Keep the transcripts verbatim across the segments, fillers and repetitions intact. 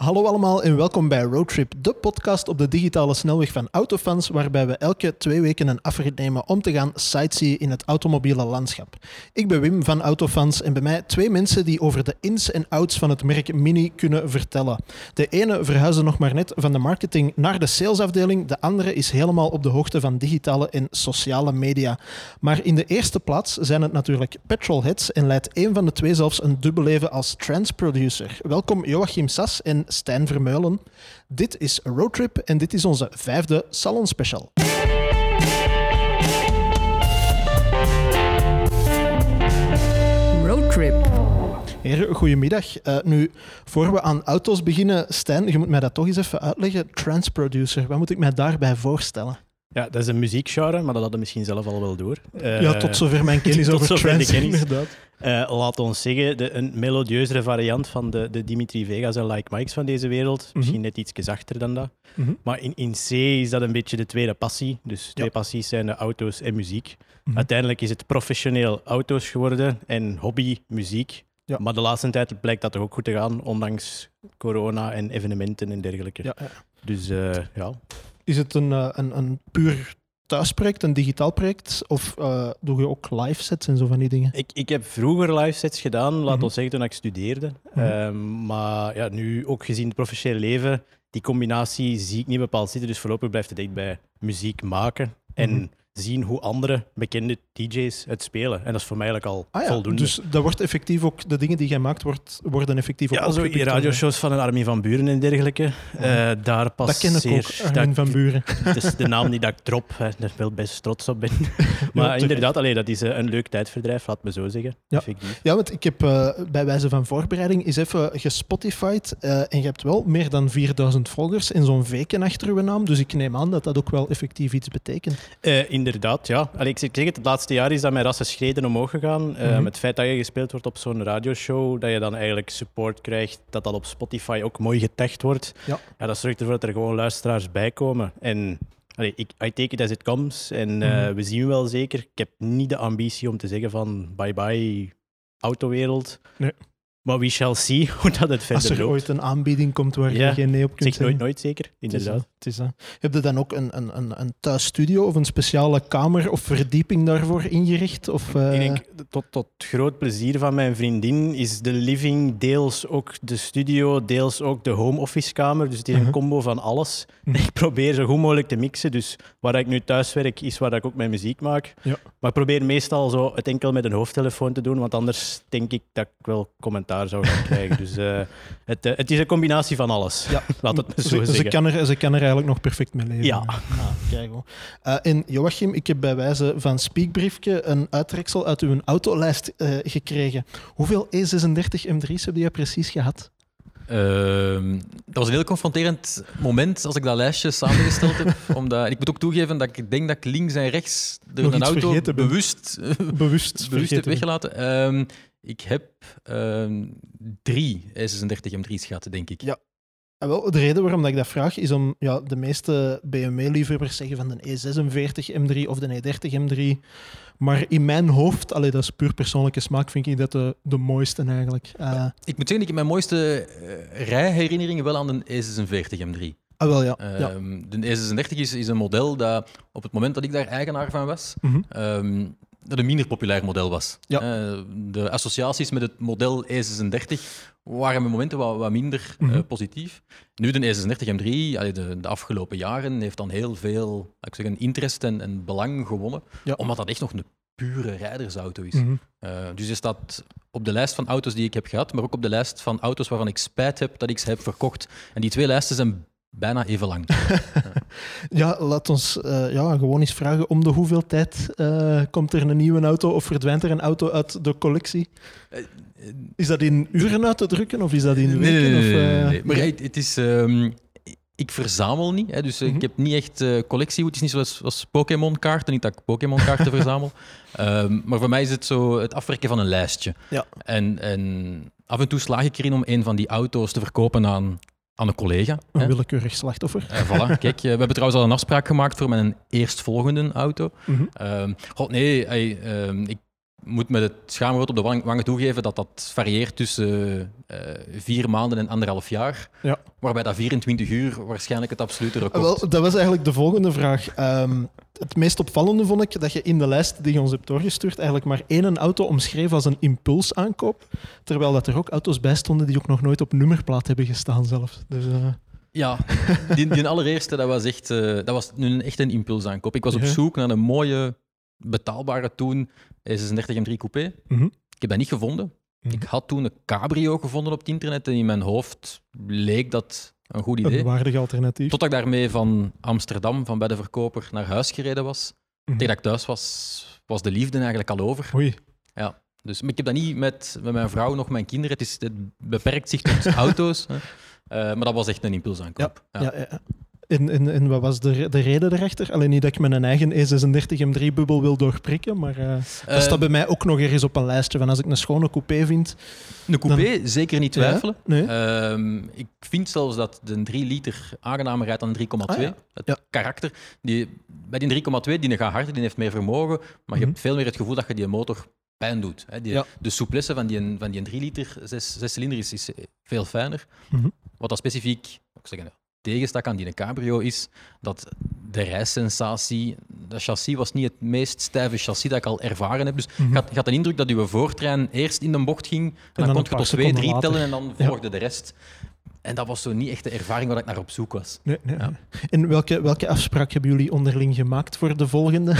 Hallo allemaal en welkom bij Roadtrip, de podcast op de digitale snelweg van Autofans, waarbij we elke twee weken een afrit nemen om te gaan sightseeën in het automobiele landschap. Ik ben Wim van Autofans en bij mij twee mensen die over de ins en outs van het merk Mini kunnen vertellen. De ene verhuisde nog maar net van de marketing naar de salesafdeling, de andere is helemaal op de hoogte van digitale en sociale media. Maar in de eerste plaats zijn het natuurlijk petrolheads en leidt één van de twee zelfs een dubbel leven als transproducer. Welkom Joachim Sas en Stijn Vermeulen. Dit is Roadtrip en dit is onze vijfde Salon Special. Roadtrip. Heren, goedemiddag. Uh, nu, voor we aan auto's beginnen, Stijn, je moet mij dat toch eens even uitleggen. Transproducer, wat moet ik mij daarbij voorstellen? Ja, dat is een muziekgenre, maar dat hadden we misschien zelf al wel door. Uh, ja, tot zover mijn kennis over trance, inderdaad. Uh, laat ons zeggen, de, een melodieuzere variant van de, de Dimitri Vegas en Like Mikes van deze wereld. Mm-hmm. Misschien net iets zachter dan dat. Mm-hmm. Maar in, in C is dat een beetje de tweede passie. Dus twee ja. passies zijn de auto's en muziek. Mm-hmm. Uiteindelijk is het professioneel auto's geworden en hobby muziek. Ja. Maar de laatste tijd blijkt dat toch ook goed te gaan, ondanks corona en evenementen en dergelijke. Ja, ja. Dus uh, ja... Is het een, een, een puur thuisproject, een digitaal project? Of uh, doe je ook live sets en zo van die dingen? Ik, ik heb vroeger live sets gedaan, laat mm-hmm. ons zeggen, toen ik studeerde. Mm-hmm. Um, maar ja, nu ook gezien het professionele leven, die combinatie zie ik niet bepaald zitten. Dus voorlopig blijft het echt bij muziek maken en mm-hmm. zien hoe andere bekende D J's het spelen. En dat is voor mij eigenlijk al ah, ja. voldoende. Dus dat wordt effectief ook, de dingen die jij maakt, wordt, worden effectief ook ja, zo die radioshows van een Armin van Buuren en dergelijke. Ja. Uh, daar passeer... Dat ken ik ook, Armin van Buuren. Dat is de naam die dat ik drop, hè, daar wel best trots op ben. Maar ja, inderdaad, allee, dat is een leuk tijdverdrijf, laat me zo zeggen. Ja, ja want ik heb uh, bij wijze van voorbereiding eens even gespotified uh, en je hebt wel meer dan vierduizend volgers en zo'n veken achter uw naam, dus ik neem aan dat dat ook wel effectief iets betekent. Uh, Inderdaad, ja. Allee, ik zeg het, het laatste jaar is dat mijn rassen schreden omhoog gegaan. Uh, mm-hmm. Met het feit dat je gespeeld wordt op zo'n radioshow, dat je dan eigenlijk support krijgt, dat dat op Spotify ook mooi getagd wordt. Ja. Ja, dat zorgt ervoor dat er gewoon luisteraars bij komen. En allee, ik, I take it as it comes. En uh, mm-hmm. we zien wel zeker. Ik heb niet de ambitie om te zeggen van bye-bye autowereld. Nee. Maar we shall see hoe dat het verder loopt. Als er ooit een aanbieding komt waar ja, je geen nee op kunt zeg nooit nooit zeker, inderdaad. Het is, het is, heb je dan ook een, een, een, een thuisstudio of een speciale kamer of verdieping daarvoor ingericht? Of, uh... Ik denk, tot, tot groot plezier van mijn vriendin is de living deels ook de studio, deels ook de home office kamer. Dus het is een uh-huh. combo van alles. Uh-huh. Ik probeer zo goed mogelijk te mixen. Dus waar ik nu thuis werk, is waar ik ook mijn muziek maak. Ja. Maar ik probeer meestal zo het enkel met een hoofdtelefoon te doen, want anders denk ik dat ik wel commentaar zou gaan krijgen. Dus uh, het, uh, het is een combinatie van alles. Ja. Laat het me zo ze, zeggen. Ze kan, er, ze kan er eigenlijk nog perfect mee leven. Ja. Ah, kijk hoor. Uh, en Joachim, ik heb bij wijze van speakbriefje een uittreksel uit uw autolijst uh, gekregen. Hoeveel E zesendertig M drie's heb je precies gehad? Uh, dat was een heel confronterend moment als ik dat lijstje samengesteld heb. Omdat, en ik moet ook toegeven dat ik denk dat ik links en rechts door nog een auto bewust, bewust, bewust heb weggelaten. Uh, ik heb uh, drie E zesendertig M drie's gehad, denk ik. Ja. En wel, de reden waarom dat ik dat vraag is om ja, de meeste B M W-liefhebbers zeggen van de E zesenveertig M drie of de E dertig M drie. Maar in mijn hoofd, allee, dat is puur persoonlijke smaak, vind ik dat de, de mooiste eigenlijk. Uh, ik moet zeggen, ik heb mijn mooiste uh, rijherinneringen wel aan de E zesenveertig M drie. Ah, wel, ja. Uh, ja. De E zesendertig is, is een model dat op het moment dat ik daar eigenaar van was, mm-hmm. um, dat een minder populair model was. Ja. Uh, de associaties met het model E zesendertig waren met momenten wat, wat minder mm-hmm. uh, positief. Nu de E zesendertig M drie, allee, de, de afgelopen jaren, heeft dan heel veel laat ik zeggen, interest en, en belang gewonnen, ja. omdat dat echt nog een pure rijdersauto is. Mm-hmm. Uh, dus is dat op de lijst van auto's die ik heb gehad, maar ook op de lijst van auto's waarvan ik spijt heb dat ik ze heb verkocht. En die twee lijsten zijn bijna even lang. Ja, laat ons uh, ja, gewoon eens vragen, om de hoeveel tijd uh, komt er een nieuwe auto of verdwijnt er een auto uit de collectie? Is dat in uren uit te drukken of is dat in weken? Nee, nee, of, uh... nee, nee. Maar het, het is... Um, ik verzamel niet, hè, dus uh, mm-hmm. ik heb niet echt uh, collectie. Het is niet zoals, zoals Pokémon-kaarten, niet dat ik Pokémon-kaarten verzamel. Um, maar voor mij is het zo het afwerken van een lijstje. Ja. En, en af en toe slaag ik erin om een van die auto's te verkopen aan... aan een collega. Een hè. willekeurig slachtoffer. Uh, voilà, kijk, uh, we hebben trouwens al een afspraak gemaakt voor mijn eerstvolgende auto. Mm-hmm. Uh, God, nee, hey, uh, ik moet met het schaamrood op de wang- wangen toegeven dat dat varieert tussen uh, vier maanden en anderhalf jaar. Ja. Waarbij dat vierentwintig uur waarschijnlijk het absolute record. Wel, dat was eigenlijk de volgende vraag. Um, het meest opvallende vond ik dat je in de lijst die je ons hebt doorgestuurd eigenlijk maar één auto omschreef als een impulsaankoop. Terwijl dat er ook auto's bij stonden die ook nog nooit op nummerplaat hebben gestaan zelfs. Dus, uh... Ja, die, die allereerste dat was echt, uh, dat was nu echt een impulsaankoop. Ik was op zoek naar een mooie, betaalbare toen E zesendertig M drie Coupé. Mm-hmm. Ik heb dat niet gevonden. Mm-hmm. Ik had toen een Cabrio gevonden op het internet en in mijn hoofd leek dat een goed idee. Een waardig alternatief. Totdat ik daarmee van Amsterdam, van bij de verkoper, naar huis gereden was. Mm-hmm. Tegen dat ik thuis was, was de liefde eigenlijk al over. Oei. Ja, dus, maar ik heb dat niet met, met mijn vrouw nog mijn kinderen. Het, is, het beperkt zich tot auto's. Hè. Uh, maar dat was echt een impulsaankoop. Ja, ja. Ja, ja. En, en, en wat was de, de reden erachter? Alleen niet dat ik mijn eigen E zesendertig M drie-bubbel wil doorprikken, maar uh, dat staat uh, bij mij ook nog ergens op een lijstje van als ik een schone coupé vind. Een coupé, dan... zeker niet twijfelen. Ja, nee. uh, ik vind zelfs dat de drie liter aangenamer rijdt dan een drie komma twee. Ah, ja. Het ja. karakter. Die, bij die drie komma twee, die gaat harder, die heeft meer vermogen, maar mm-hmm. je hebt veel meer het gevoel dat je die motor pijn doet. Hè. Die, ja. De souplesse van die, van die drie liter zes, zes cilinder is, is veel fijner. Mm-hmm. Wat dat specifiek, ik zeg, tegenstak aan die Cabrio is dat de rijsensatie, dat chassis was niet het meest stijve chassis dat ik al ervaren heb. Dus mm-hmm. je had de indruk dat je voortrein eerst in de bocht ging, en, en dan, dan kon je tot twee, drie later. tellen en dan volgde ja. de rest. En dat was zo niet echt de ervaring waar ik naar op zoek was. Nee, nee. Ja. En welke, welke afspraak hebben jullie onderling gemaakt voor de volgende?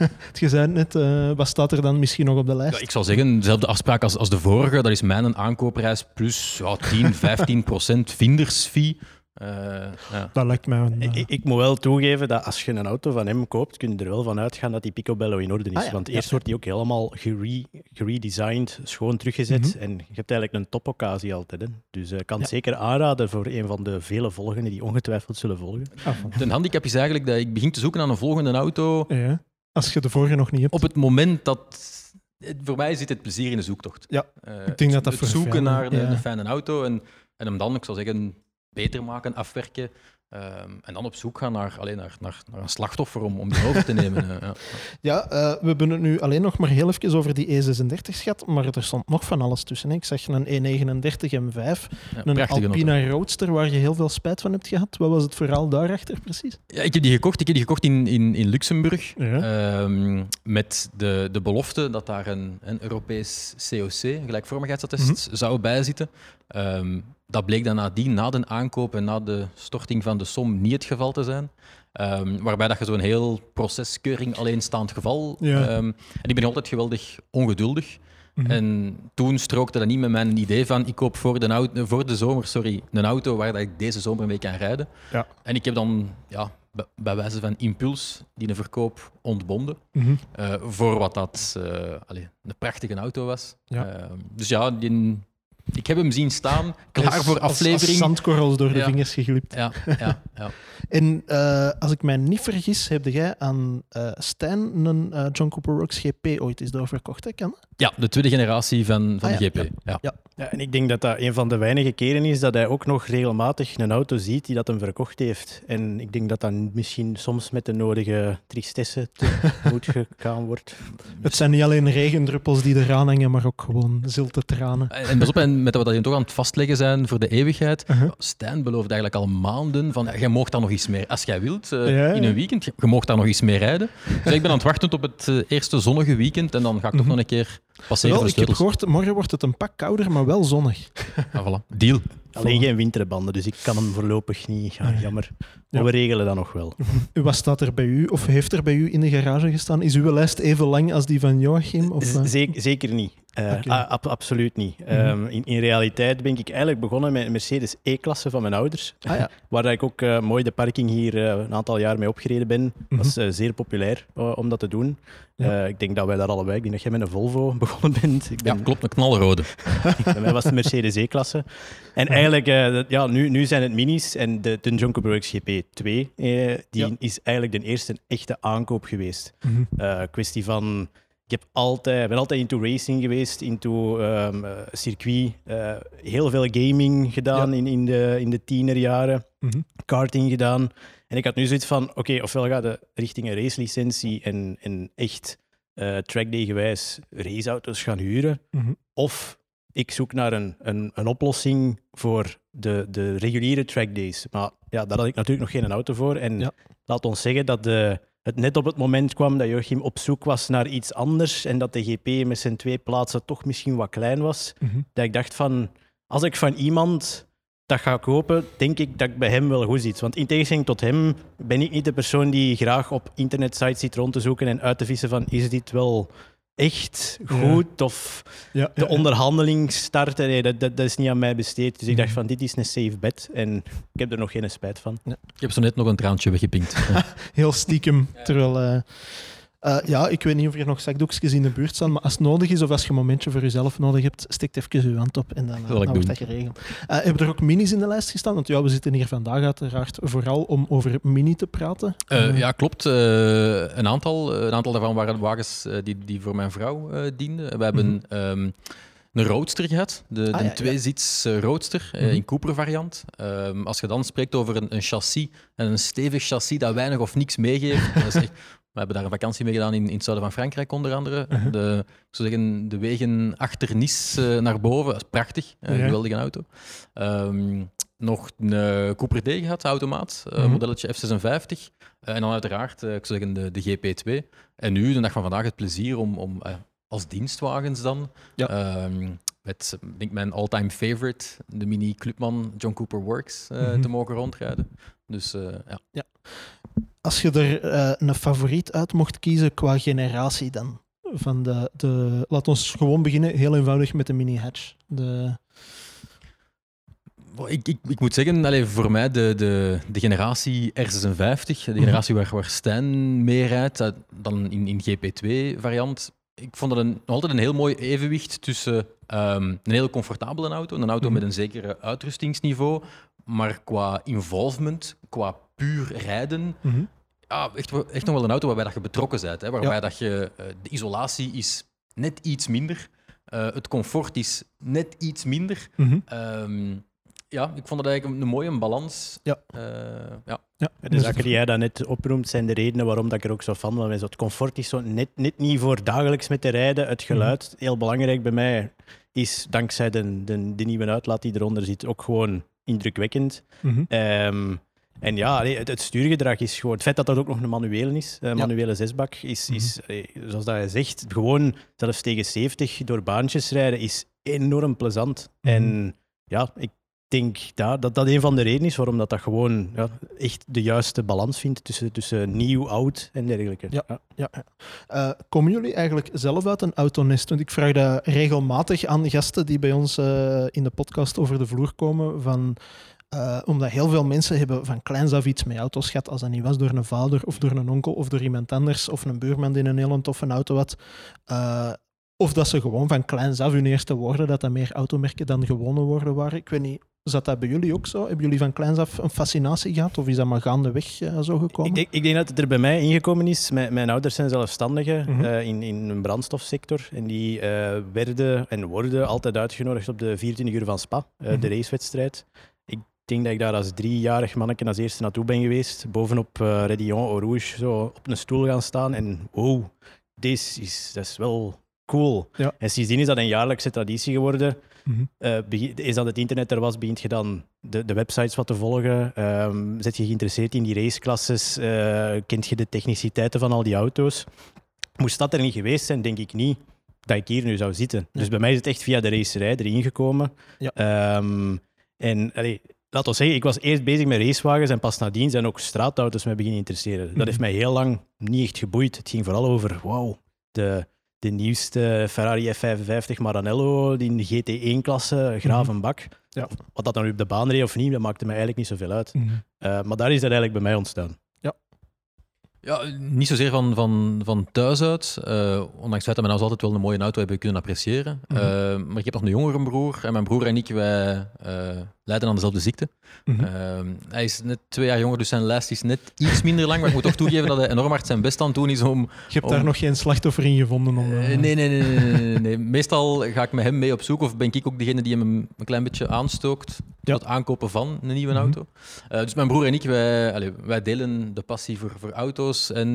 Je zei het net, uh, wat staat er dan misschien nog op de lijst? Ja, ik zou zeggen, dezelfde afspraak als, als de vorige. Dat is mijn aankoopprijs plus ja, tien, vijftien procent vindersfee. Uh, ja. Dat lijkt mij een, uh... ik, ik moet wel toegeven dat als je een auto van hem koopt, kun je er wel van uitgaan dat die Picobello in orde is. Ah, ja. Want eerst ja. wordt die ook helemaal gere- geredesigned, schoon teruggezet. Mm-hmm. En je hebt eigenlijk een topoccasie altijd. Hè. Dus ik uh, kan het ja. zeker aanraden voor een van de vele volgende die ongetwijfeld zullen volgen. Ah, de handicap is eigenlijk dat ik begin te zoeken naar een volgende auto. Ja. Als je de vorige nog niet hebt. Op het moment dat... Voor mij zit het plezier in de zoektocht. Ja, uh, ik denk dat dat het voor zoeken fijn, naar de, ja. de fijne auto en, en hem dan, ik zou zeggen... beter maken, afwerken um, en dan op zoek gaan naar, alleen naar, naar, naar een slachtoffer om, om die over te nemen. Uh, ja, ja uh, we hebben het nu alleen nog maar heel even over die E zesendertig gehad, maar er stond nog van alles tussen. Hè. Ik zag een E negenendertig M vijf, ja, een Alpina auto. Roadster waar je heel veel spijt van hebt gehad. Wat was het verhaal daarachter precies? Ja, ik heb die gekocht, ik heb die gekocht in, in, in Luxemburg ja. um, met de, de belofte dat daar een, een Europees C O C, een gelijkvormigheidsattest, mm-hmm. zou bijzitten. Um, Dat bleek dan nadien, na de aankoop en na de storting van de som, niet het geval te zijn. Um, waarbij dat je zo'n heel proceskeuring alleenstaand geval... Ja. Um, en ik ben altijd geweldig ongeduldig. Mm-hmm. En toen strookte dat niet met mijn idee van ik koop voor de, auto, voor de zomer sorry, een auto waar dat ik deze zomer mee kan rijden. Ja. En ik heb dan ja, bij wijze van impuls die een verkoop ontbonden. Mm-hmm. Uh, voor wat dat uh, allez, een prachtige auto was. Ja. Uh, dus ja, die... Ik heb hem zien staan, klaar als, voor aflevering. Als, als zandkorrels door de ja. vingers geglipt. Ja, ja, ja. En uh, als ik mij niet vergis, heb jij aan uh, Stijn een uh, John Cooper Works G P ooit eens doorverkocht, hè? Kan? Ja, de tweede generatie van, van ah, de ja. G P. Ja. Ja. Ja. Ja, en ik denk dat dat een van de weinige keren is dat hij ook nog regelmatig een auto ziet die dat hem verkocht heeft. En ik denk dat dat misschien soms met de nodige tristesse tegemoet gegaan wordt. Het zijn niet alleen regendruppels die eraan hangen, maar ook gewoon zilte tranen. En pas op, en met wat we toch aan het vastleggen zijn voor de eeuwigheid. Uh-huh. Stijn belooft eigenlijk al maanden van, jij mag daar nog iets meer, als jij wilt, uh, ja, ja. in een weekend, je mag daar nog iets meer rijden. Dus ik ben aan het wachten op het uh, eerste zonnige weekend en dan ga ik uh-huh. toch nog een keer passeren wel, voor de ik heb gehoord, morgen wordt het een pak kouder, maar wel zonnig. Ah, voilà. Deal. Alleen geen winterbanden, dus ik kan hem voorlopig niet. Ja, jammer. Maar ja. we regelen dat nog wel. Wat staat er bij u, of heeft er bij u in de garage gestaan? Is uw lijst even lang als die van Joachim? Of, uh? zeker, zeker niet. Uh, okay. a- a- absoluut niet. Mm-hmm. Um, in, in realiteit ben ik eigenlijk begonnen met een Mercedes E-klasse van mijn ouders. Ah, ja. Waar ik ook uh, mooi de parking hier uh, een aantal jaar mee opgereden ben. Dat mm-hmm. was uh, zeer populair uh, om dat te doen. Ja. Uh, ik denk dat wij daar allebei... Ik denk dat jij met een Volvo begonnen bent. Ik ben... Ja, klopt. Een knalrode. Bij mij was het Mercedes E-klasse. En eigenlijk, uh, ja, nu, nu zijn het minis. En de, de John Cooper Works G P twee, uh, die ja. is eigenlijk de eerste echte aankoop geweest. Mm-hmm. Uh, kwestie van... Ik heb altijd, ben altijd into racing geweest, into um, uh, circuit. Uh, heel veel gaming gedaan ja. in, in, de, in de tienerjaren. Mm-hmm. Karting gedaan. En ik had nu zoiets van, oké, okay, ofwel ga je richting een racelicentie en, en echt uh, trackday-gewijs raceauto's gaan huren. Mm-hmm. Of ik zoek naar een, een, een oplossing voor de, de reguliere trackdays. Maar ja, daar had ik natuurlijk nog geen auto voor. En ja. laat ons zeggen dat de, het net op het moment kwam dat Joachim op zoek was naar iets anders en dat de G P met zijn twee plaatsen toch misschien wat klein was. Mm-hmm. Dat ik dacht van, als ik van iemand dat ga kopen, denk ik dat ik bij hem wel goed zit. Want in tegenstelling tot hem ben ik niet de persoon die graag op internetsites zit rond te zoeken en uit te vissen van, is dit wel echt goed? Ja. Of ja, de ja, onderhandeling starten? Nee, dat, dat, dat is niet aan mij besteed. Dus ik dacht van, dit is een safe bet. En ik heb er nog geen spijt van. Ja. Ik heb zo net nog een traantje weggepinkt. Heel stiekem. Terwijl... Uh... Uh, ja, ik weet niet of er nog zakdoekjes in de buurt staan, maar als het nodig is of als je een momentje voor jezelf nodig hebt, steek even je hand op en dan, uh, dan wordt dat geregeld. Uh, hebben er ook minis in de lijst gestaan? Want ja, we zitten hier vandaag uiteraard vooral om over mini te praten. Uh, uh, ja, klopt. Uh, een, aantal, een aantal daarvan waren wagens uh, die, die voor mijn vrouw uh, dienden. We hebben mm-hmm. um, een roadster gehad, de, ah, de ja, tweezits ja. roadster uh, mm-hmm. in Cooper variant. Um, als je dan spreekt over een, een chassis, en een stevig chassis dat weinig of niks meegeeft, dat is echt... We hebben daar een vakantie mee gedaan in, in het zuiden van Frankrijk, onder andere. Uh-huh. De, ik zou zeggen, de wegen achter Nice uh, naar boven. Dat is prachtig. Een uh, geweldige auto. Um, nog een uh, Cooper D gehad, automaat. Uh, uh-huh. Modelletje F zesenvijftig. Uh, en dan uiteraard, uh, ik zou zeggen, de, de G P twee. En nu, de dag van vandaag, het plezier om, om uh, als dienstwagens dan... Ja. Um, met denk mijn all-time favorite, de Mini Clubman John Cooper Works, uh, uh-huh. te mogen rondrijden. Dus uh, ja. ja. Als je er uh, een favoriet uit mocht kiezen qua generatie dan? Van de, de, laat ons gewoon beginnen, heel eenvoudig met de mini-hatch. De... Ik, ik, ik moet zeggen, allez, voor mij de, de, de generatie R zesenvijftig, de generatie waar, waar Stijn mee rijdt, dan in, in G P twee variant. Ik vond dat een, nog altijd een heel mooi evenwicht tussen um, een heel comfortabele auto, een auto mm-hmm. met een zekere uitrustingsniveau, maar qua involvement, qua puur rijden, mm-hmm. ja, echt, echt nog wel een auto waarbij dat je betrokken bent. Hè, waarbij ja. dat je, uh, de isolatie is net iets minder, uh, het comfort is net iets minder. Mm-hmm. Um, ja, ik vond dat eigenlijk een mooie balans. Ja. Uh, ja. Ja, de zaken die jij dan net oproemt zijn de redenen waarom dat ik er ook zo fan van ben. Het comfort is zo net, net niet voor dagelijks met te rijden. Het geluid, mm-hmm. heel belangrijk bij mij, is dankzij de, de, de nieuwe uitlaat die eronder zit ook gewoon indrukwekkend. Mm-hmm. Um, en ja, het, het stuurgedrag is gewoon... Het feit dat dat ook nog een manuele is, een manuele ja. zesbak, is, is mm-hmm. zoals dat je zegt, gewoon zelfs tegen zeventig door baantjes rijden, is enorm plezant. Mm-hmm. En ja, ik denk dat, dat dat een van de redenen is waarom dat, dat gewoon ja, echt de juiste balans vindt tussen, tussen nieuw, oud en dergelijke. Ja, ja. Ja. Uh, komen jullie eigenlijk zelf uit een autonest? Want ik vraag dat regelmatig aan gasten die bij ons uh, in de podcast over de vloer komen, van... Uh, omdat heel veel mensen hebben van kleins af iets met auto's gehad, als dat niet was door een vader of door een onkel of door iemand anders of een buurman die een heel toffe auto had. Uh, of dat ze gewoon van kleins af hun eerste woorden, dat dat meer automerken dan gewone woorden waren. Ik weet niet, zat dat bij jullie ook zo? Hebben jullie van kleins af een fascinatie gehad of is dat maar gaandeweg uh, zo gekomen? Ik denk, ik denk dat het er bij mij ingekomen is. Mijn, mijn ouders zijn zelfstandigen mm-hmm. uh, in, in een brandstofsector en die uh, werden en worden altijd uitgenodigd op de vierentwintig uur van Spa, uh, mm-hmm. de racewedstrijd. Ik denk dat ik daar als driejarig manneke als eerste naartoe ben geweest. Bovenop uh, Rédillon Eau Rouge, zo op een stoel gaan staan. En wow, dit is, dat is wel cool. Ja. En sindsdien is dat een jaarlijkse traditie geworden. Mm-hmm. Uh, begin, eens dat het internet er was, begint je dan de, de websites wat te volgen. Um, zet je geïnteresseerd in die raceklasses? Uh, kent je de techniciteiten van al die auto's? Moest dat er niet geweest zijn, denk ik niet dat ik hier nu zou zitten. Ja. Dus bij mij is het echt via de racerij erin gekomen. Ja. Um, en... Allee, laat ons zeggen, ik was eerst bezig met racewagens en pas nadien zijn ook straatauto's mij beginnen interesseren. Dat mm-hmm. heeft mij heel lang niet echt geboeid. Het ging vooral over, wauw, de, de nieuwste Ferrari F vijfenvijftig Maranello, die in de G T één klasse, gravenbak. Mm-hmm. Ja. Wat dat dan nu op de baan reed of niet, dat maakte mij eigenlijk niet zoveel uit. Mm-hmm. Uh, maar daar is dat eigenlijk bij mij ontstaan. Ja. Ja, niet zozeer van, van, van thuis uit. Uh, ondanks het feit dat we nou altijd wel een mooie auto hebben kunnen appreciëren. Mm-hmm. Uh, maar ik heb nog een jongere broer. En mijn broer en ik, wij uh, lijden aan dezelfde ziekte. Mm-hmm. Uh, hij is net twee jaar jonger, dus zijn lijst is net iets minder lang. Maar ik moet toch toegeven dat hij enorm hard zijn best aan het doen is om... Je hebt om... daar nog geen slachtoffer in gevonden? Om, uh... Uh, nee, nee, nee, nee, nee, nee. Meestal ga ik met hem mee op zoek. Of ben ik ook degene die hem een klein beetje aanstookt. Ja. Het aankopen van een nieuwe mm-hmm. auto. Uh, dus mijn broer en ik, wij, allez, wij delen de passie voor, voor auto's. En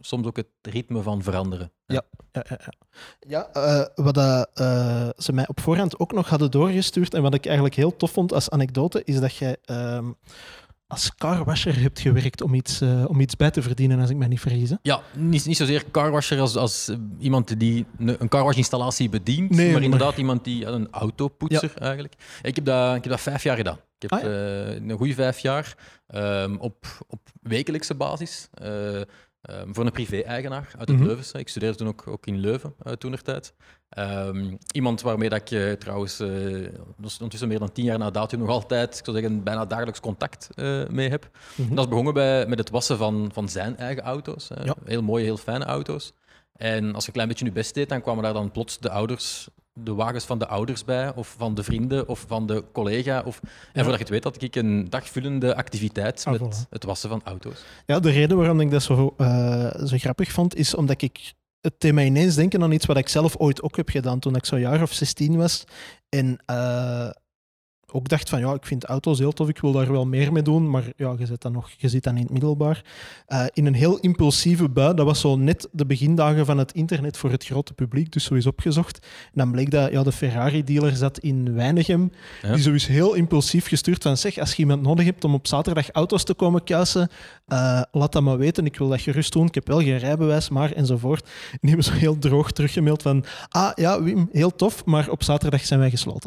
soms ook het ritme van veranderen. Ja, ja, ja. ja. ja uh, wat uh, ze mij op voorhand ook nog hadden doorgestuurd en wat ik eigenlijk heel tof vond als anekdote, is dat jij uh, als carwasher hebt gewerkt om iets, uh, om iets bij te verdienen, als ik me niet vergis. Hè? Ja, niet, niet zozeer carwasher als, als uh, iemand die een, een carwash-installatie bedient, nee, maar maar inderdaad iemand die een autopoetser ja. eigenlijk. Ik heb, dat, ik heb dat vijf jaar gedaan. Ik heb ah, ja. uh, een goede vijf jaar um, op, op wekelijkse basis uh, um, voor een privé-eigenaar uit het mm-hmm. Leuvense. Ik studeerde toen ook, ook in Leuven uh, toenertijd. Um, iemand waarmee dat ik uh, trouwens uh, ondertussen meer dan tien jaar na datum nog altijd, ik zou zeggen, bijna dagelijks contact uh, mee heb. Mm-hmm. Dat is begonnen bij, met het wassen van, van zijn eigen auto's. Uh, ja. Heel mooie, heel fijne auto's. En als je een klein beetje je best deed, dan kwamen daar dan plots de ouders, de wagens van de ouders bij, of van de vrienden, of van de collega. Of... En ja. voordat je het weet, had ik een dagvullende activiteit met ah, voilà. het wassen van auto's. Ja, de reden waarom ik dat zo, uh, zo grappig vond, is omdat ik het deed mij ineens denken aan iets wat ik zelf ooit ook heb gedaan toen ik zo'n jaar of zestien was. En uh, ook dacht van, ja, ik vind auto's heel tof, ik wil daar wel meer mee doen, maar ja, je zit dan nog, je zit dan in het middelbaar. Uh, in een heel impulsieve bui, dat was zo net de begindagen van het internet voor het grote publiek, dus zo is opgezocht. En dan bleek dat ja, de Ferrari-dealer zat in Weinigem, ja. die zo is heel impulsief gestuurd van, zeg, als je iemand nodig hebt om op zaterdag auto's te komen kuisen, uh, laat dat maar weten, ik wil dat gerust doen, ik heb wel geen rijbewijs, maar enzovoort. En die hebben zo heel droog teruggemaild van, ah ja, Wim, heel tof, maar op zaterdag zijn wij gesloten.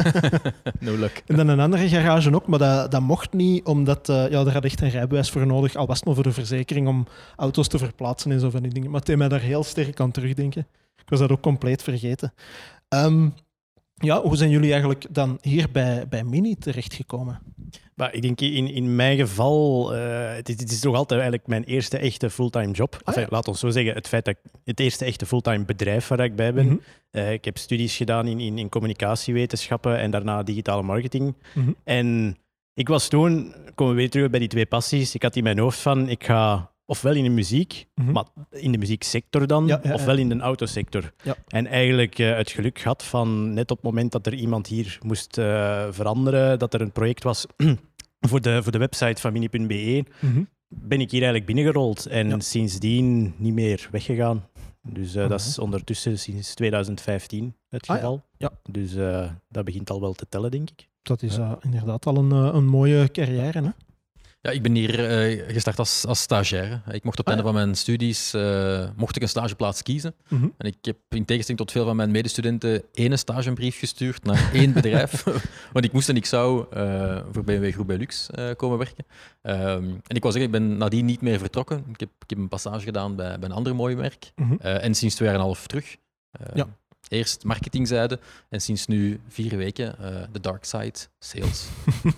No luck. En dan een andere garage ook, maar dat, dat mocht niet, omdat uh, ja, daar had echt een rijbewijs voor nodig, al was het maar voor de verzekering om auto's te verplaatsen en zo van die dingen. Maar het deed mij daar heel sterk aan terugdenken. Ik was dat ook compleet vergeten. Um, ja, hoe zijn jullie eigenlijk dan hier bij, bij Mini terechtgekomen? Maar ik denk in, in mijn geval, uh, het, is, het is nog altijd eigenlijk mijn eerste echte fulltime job. Ah, ja. Enfin, laat ons zo zeggen, het feit dat ik het eerste echte fulltime bedrijf waar ik bij ben. Mm-hmm. Uh, ik heb studies gedaan in, in, in communicatiewetenschappen en daarna digitale marketing. Mm-hmm. En ik was toen, komen we weer terug bij die twee passies, ik had in mijn hoofd van, ik ga ofwel in de muziek, mm-hmm. maar in de muzieksector dan, ja, ja, ja. ofwel in de autosector. Ja. En eigenlijk uh, het geluk gehad van net op het moment dat er iemand hier moest uh, veranderen, dat er een project was voor de, voor de website van mini punt b e, mm-hmm. ben ik hier eigenlijk binnengerold en ja. sindsdien niet meer weggegaan. Dus uh, mm-hmm. dat is ondertussen sinds twintig vijftien het geval. Ah, ja. Ja. Dus uh, dat begint al wel te tellen, denk ik. Dat is uh, inderdaad al een, uh, een mooie carrière, hè? Ja, ik ben hier uh, gestart als, als stagiaire. Ik mocht op het ah, einde ja. van mijn studies uh, mocht ik een stageplaats kiezen. Mm-hmm. En ik heb in tegenstelling tot veel van mijn medestudenten één stagebrief gestuurd naar één bedrijf. Want ik moest en ik zou uh, voor B M W Groep Belux uh, komen werken. Um, en ik wou zeggen, ik ben nadien niet meer vertrokken. Ik heb, ik heb een passage gedaan bij, bij een ander mooi merk. Mm-hmm. Uh, en sinds twee jaar en een half terug. Uh, ja. Eerst marketingzijde en sinds nu vier weken uh, de dark side, sales.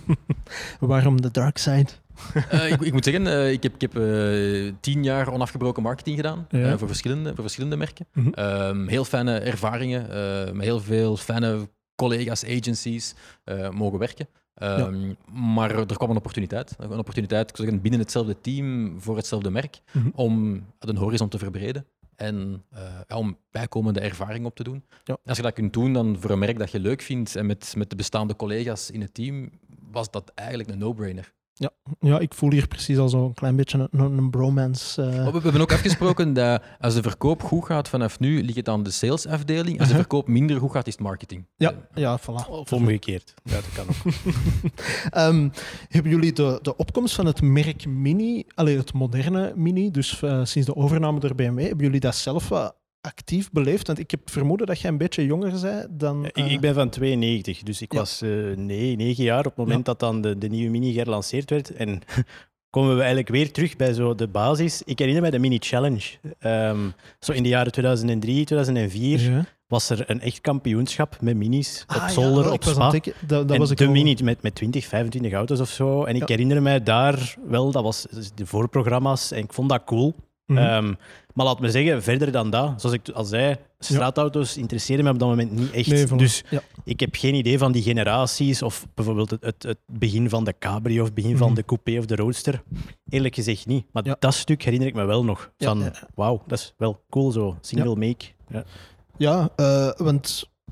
Waarom de dark side? uh, ik, ik moet zeggen, uh, ik heb, ik heb uh, tien jaar onafgebroken marketing gedaan ja. uh, voor, verschillende, voor verschillende merken. Mm-hmm. Um, heel fijne ervaringen, uh, met heel veel fijne collega's, agencies uh, mogen werken. Um, ja. Maar er kwam een opportuniteit. Een opportuniteit ik zou zeggen, binnen hetzelfde team voor hetzelfde merk mm-hmm. om de horizon te verbreden. En uh, ja, om bijkomende ervaring op te doen. Ja. Als je dat kunt doen dan voor een merk dat je leuk vindt en met, met de bestaande collega's in het team, was dat eigenlijk een no-brainer. Ja, ja, ik voel hier precies al zo'n klein beetje een, een bromance. Uh... Oh, we hebben ook afgesproken dat als de verkoop goed gaat vanaf nu, ligt het aan de salesafdeling. Als de verkoop minder goed gaat, is het marketing. Ja, ja voilà. Of omgekeerd. Ja, dat kan ook. um, hebben jullie de, de opkomst van het merk Mini, allee, het moderne Mini, dus uh, sinds de overname door B M W, hebben jullie dat zelf wat actief beleefd? Want ik heb vermoeden dat jij een beetje jonger bent dan... Uh... Ik, ik ben van tweeënnegentig, dus ik ja. was uh, nee, negen jaar op het moment ja. dat dan de, de nieuwe Mini gelanceerd werd. En komen we eigenlijk weer terug bij zo de basis. Ik herinner mij de Mini Challenge. Um, zo in de jaren tweeduizend drie, tweeduizend vier ja. was er een echt kampioenschap met minis ah, op zolder, ja, op Spa. Dat, dat en was ik de al... Mini met, met twintig, vijfentwintig auto's of zo. En ik ja. herinner mij daar wel, dat was de voorprogramma's en ik vond dat cool. Mm-hmm. Um, maar laat me zeggen, verder dan dat, zoals ik al zei, straatauto's ja. interesseerden me op dat moment niet echt. Nee, dus ja. ik heb geen idee van die generaties of bijvoorbeeld het, het, het begin van de Cabrio of het begin mm-hmm. van de coupé of de Roadster. Eerlijk gezegd niet. Maar ja. dat stuk herinner ik me wel nog. Van, ja, ja. wauw, dat is wel cool zo. Single ja. make. Ja, ja uh, want...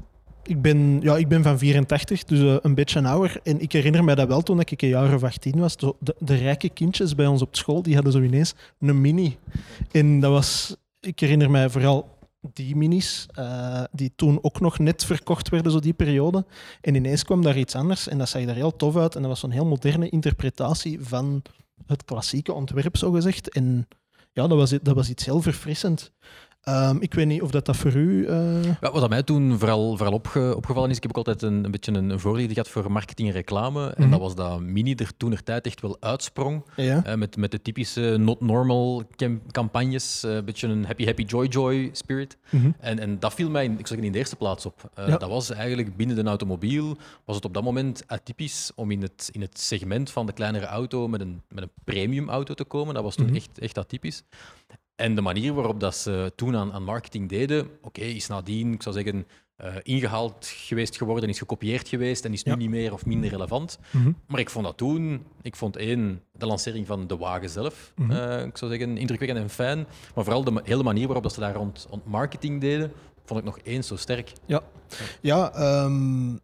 ik ben, ja, ik ben van vierentachtig, dus uh, een beetje ouder. En ik herinner me dat wel toen ik een jaar of achttien was. De, de rijke kindjes bij ons op school, die hadden zo ineens een mini. En dat was... Ik herinner mij vooral die minis, uh, die toen ook nog net verkocht werden, zo die periode. En ineens kwam daar iets anders en dat zag er heel tof uit. En dat was zo'n heel moderne interpretatie van het klassieke ontwerp, zogezegd. En ja, dat was, dat was iets heel verfrissend. Um, ik weet niet of dat, dat voor u... Uh... Ja, wat mij toen vooral, vooral opge, opgevallen is, ik heb ook altijd een, een beetje een, een voorliefde gehad voor marketing en reclame. Mm-hmm. En dat was dat Mini er toen er tijd echt wel uitsprong. Ja. Uh, met, met de typische not normal cam- campagnes. Uh, een beetje een happy, happy, joy, joy spirit. Mm-hmm. En, en dat viel mij in, ik zeg, in de eerste plaats op. Uh, ja. Dat was eigenlijk binnen de automobiel, was het op dat moment atypisch om in het, in het segment van de kleinere auto met een, met een premium auto te komen. Dat was toen mm-hmm. echt, echt atypisch. En de manier waarop dat ze toen aan, aan marketing deden, oké, okay, is nadien, ik zou zeggen, uh, ingehaald geweest geworden, is gekopieerd geweest en is nu ja. niet meer of minder relevant. Mm-hmm. Maar ik vond dat toen, ik vond één, de lancering van de wagen zelf, mm-hmm. uh, ik zou zeggen, indrukwekkend en fijn. Maar vooral de hele manier waarop dat ze daar rond, rond marketing deden, vond ik nog eens zo sterk. Ja, ja um,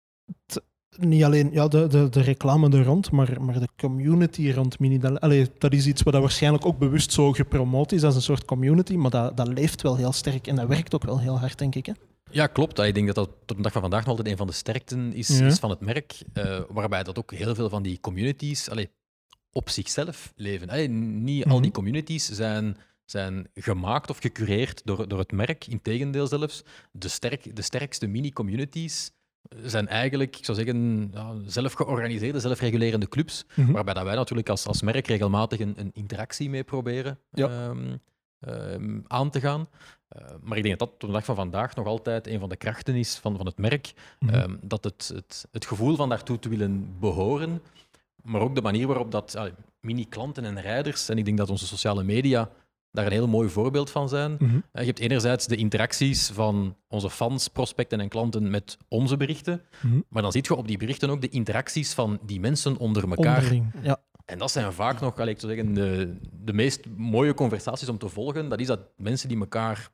t- niet alleen ja, de, de, de reclame er rond, maar, maar de community rond Mini. Dat, allee, dat is iets wat dat waarschijnlijk ook bewust zo gepromoot is als een soort community, maar dat, dat leeft wel heel sterk en dat werkt ook wel heel hard, denk ik. Hè? Ja, klopt. Ik denk dat dat tot de dag van vandaag nog altijd een van de sterkten is, ja. is van het merk, uh, waarbij dat ook heel veel van die communities allee, op zichzelf leven. Allee, niet mm-hmm. al die communities zijn... zijn gemaakt of gecureerd door, door het merk. Integendeel zelfs. De, sterk, de sterkste mini-communities zijn eigenlijk, ik zou zeggen, ja, zelf georganiseerde, zelfregulerende clubs, mm-hmm. waarbij dat wij natuurlijk als, als merk regelmatig een, een interactie mee proberen ja. um, um, aan te gaan. Uh, maar ik denk dat dat op de dag van vandaag nog altijd een van de krachten is van, van het merk. Mm-hmm. Um, dat het, het, het gevoel van daartoe te willen behoren, maar ook de manier waarop dat uh, mini-klanten en rijders, en ik denk dat onze sociale media daar een heel mooi voorbeeld van zijn. Mm-hmm. Je hebt enerzijds de interacties van onze fans, prospecten en klanten met onze berichten, mm-hmm. maar dan zie je op die berichten ook de interacties van die mensen onder elkaar. Onderling, ja. En dat zijn vaak nog, ik zou zeggen, de, de meest mooie conversaties om te volgen. Dat is dat mensen die elkaar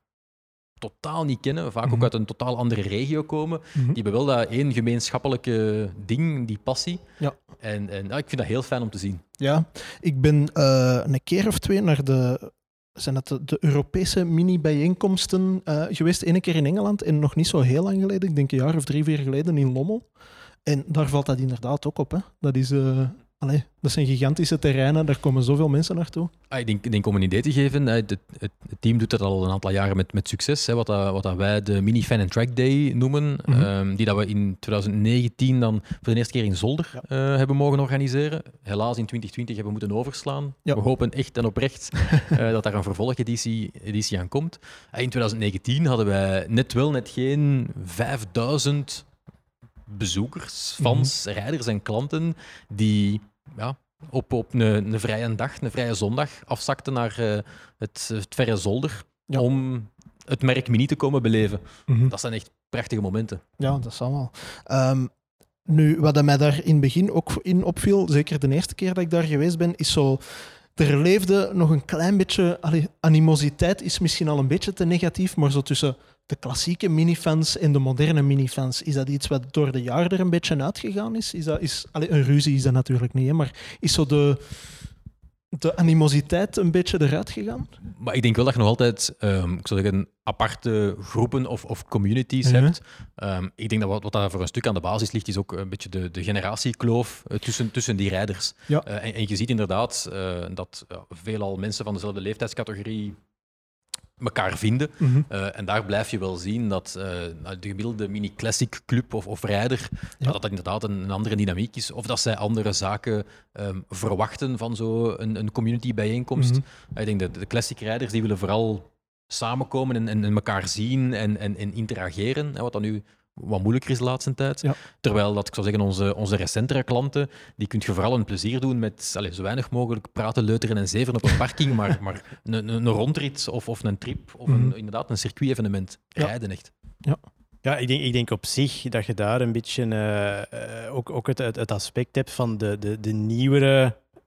totaal niet kennen, vaak mm-hmm. ook uit een totaal andere regio komen, mm-hmm. die hebben wel dat één gemeenschappelijke ding, die passie. Ja. En, en ja, ik vind dat heel fijn om te zien. Ja, ik ben uh, een keer of twee naar de... zijn dat de, de Europese mini-bijeenkomsten uh, geweest, ene keer in Engeland en nog niet zo heel lang geleden, ik denk een jaar of drie, vier geleden in Lommel. En daar valt dat inderdaad ook op. Hè. Dat, is, uh, allez, dat zijn gigantische terreinen, daar komen zoveel mensen naartoe. Ah, ik, denk, ik denk om een idee te geven, het, het, het team doet dat al een aantal jaren met, met succes, hè, wat, dat, wat dat wij de Mini Fan and Track Day noemen, mm-hmm. um, die dat we in twintig negentien dan voor de eerste keer in Zolder ja. uh, hebben mogen organiseren. Helaas in twintig twintig hebben we moeten overslaan. Ja. We hopen echt en oprecht uh, dat daar een vervolgeditie editie aan komt. Uh, in twintig negentien hadden wij net wel net geen vijfduizend bezoekers, fans, mm-hmm. rijders en klanten die... Ja, op, op een, een vrije dag, een vrije zondag, afzakten naar uh, het, het verre Zolder ja. om het merk Mini te komen beleven. Mm-hmm. Dat zijn echt prachtige momenten. Ja, dat is allemaal. Um, nu, wat mij daar in het begin ook in opviel, zeker de eerste keer dat ik daar geweest ben, is zo... Er leefde nog een klein beetje... Allee, animositeit is misschien al een beetje te negatief, maar zo tussen de klassieke minifans en de moderne minifans, is dat iets wat door de jaren er een beetje uitgegaan is? Is dat, is, allee, een ruzie is dat natuurlijk niet, hè, maar is zo de, de animositeit een beetje eruit gegaan? Maar ik denk wel dat je nog altijd, um, ik zou zeggen, aparte groepen of, of communities uh-huh. hebt. Um, ik denk dat wat, wat daar voor een stuk aan de basis ligt, is ook een beetje de, de generatiekloof uh, tussen, tussen die rijders. Ja. Uh, en, en je ziet inderdaad uh, dat uh, veelal mensen van dezelfde leeftijdscategorie elkaar vinden. Mm-hmm. Uh, en daar blijf je wel zien dat uh, de gemiddelde mini-classic club of, of rijder, ja. dat dat inderdaad een, een andere dynamiek is. Of dat zij andere zaken um, verwachten van zo'n een, een community-bijeenkomst. Mm-hmm. Ik denk dat de classic rijders die willen vooral samenkomen en, en, en elkaar zien en, en, en interageren. Hè, wat dan nu wat moeilijker is de laatste tijd. Ja. Terwijl dat, ik zou zeggen, onze, onze recentere klanten, die kun je vooral een plezier doen met allez, zo weinig mogelijk praten, leuteren en zeven op een parking, maar, maar een, een, een rondrit of, of een trip of een, mm. inderdaad een circuit-evenement ja. rijden echt. Ja. Ja, ik denk, ik denk op zich dat je daar een beetje uh, uh, ook, ook het, het aspect hebt van de, de, de nieuwere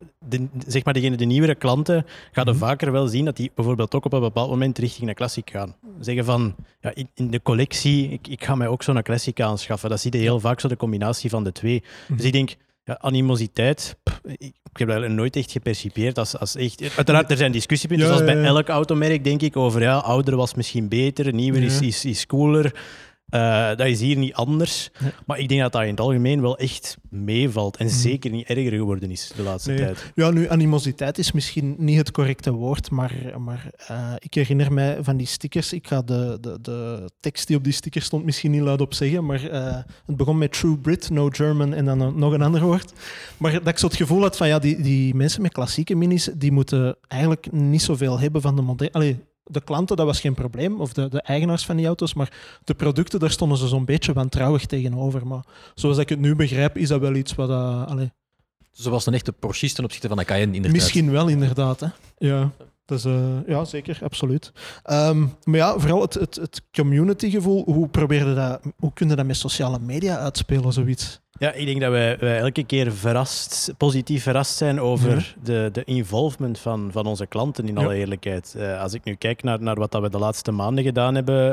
de, zeg maar degene, de nieuwere klanten gaan Mm-hmm. er vaker wel zien dat die bijvoorbeeld ook op een bepaald moment richting een classic gaan. Zeggen van, ja, in, in de collectie, ik, ik ga mij ook zo'n classic aanschaffen. Dat zie je heel vaak, zo de combinatie van de twee. Mm-hmm. Dus ik denk, ja, animositeit, pff, ik, ik heb dat nooit echt gepercipieerd als, als echt... Uiteraard, er zijn discussiepunten, Ja, zoals bij ja, ja. elk automerk, denk ik, over ja, ouder was misschien beter, nieuwer is, Ja. is, is cooler. Uh, dat is hier niet anders. Nee. Maar ik denk dat dat in het algemeen wel echt meevalt. En Mhm. zeker niet erger geworden is de laatste Nee. tijd. Ja, nu, animositeit is misschien niet het correcte woord, maar, maar uh, ik herinner mij van die stickers. Ik ga de, de, de tekst die op die stickers stond misschien niet luid op zeggen, maar uh, het begon met True Brit, No German en dan uh, nog een ander woord. Maar dat ik zo het gevoel had van, ja, die, die mensen met klassieke minis, die moeten eigenlijk niet zoveel hebben van de moderne... Allee, de klanten, dat was geen probleem, of de, de eigenaars van die auto's, maar de producten, daar stonden ze zo'n beetje wantrouwig tegenover. Maar zoals ik het nu begrijp, is dat wel iets wat... Uh, allee, Zoals een echte Porschist ten opzichte van een Cayenne, inderdaad. misschien wel, inderdaad. Hè. Ja, dus, uh, ja, zeker, absoluut. Um, maar ja, vooral het, het, het communitygevoel, hoe probeerde dat, hoe kun je dat met sociale media uitspelen, zoiets? Ja, ik denk dat wij, wij elke keer verrast, positief verrast zijn over ja. de, de involvement van, van onze klanten, in alle ja. eerlijkheid. Uh, als ik nu kijk naar, naar wat dat we de laatste maanden gedaan hebben,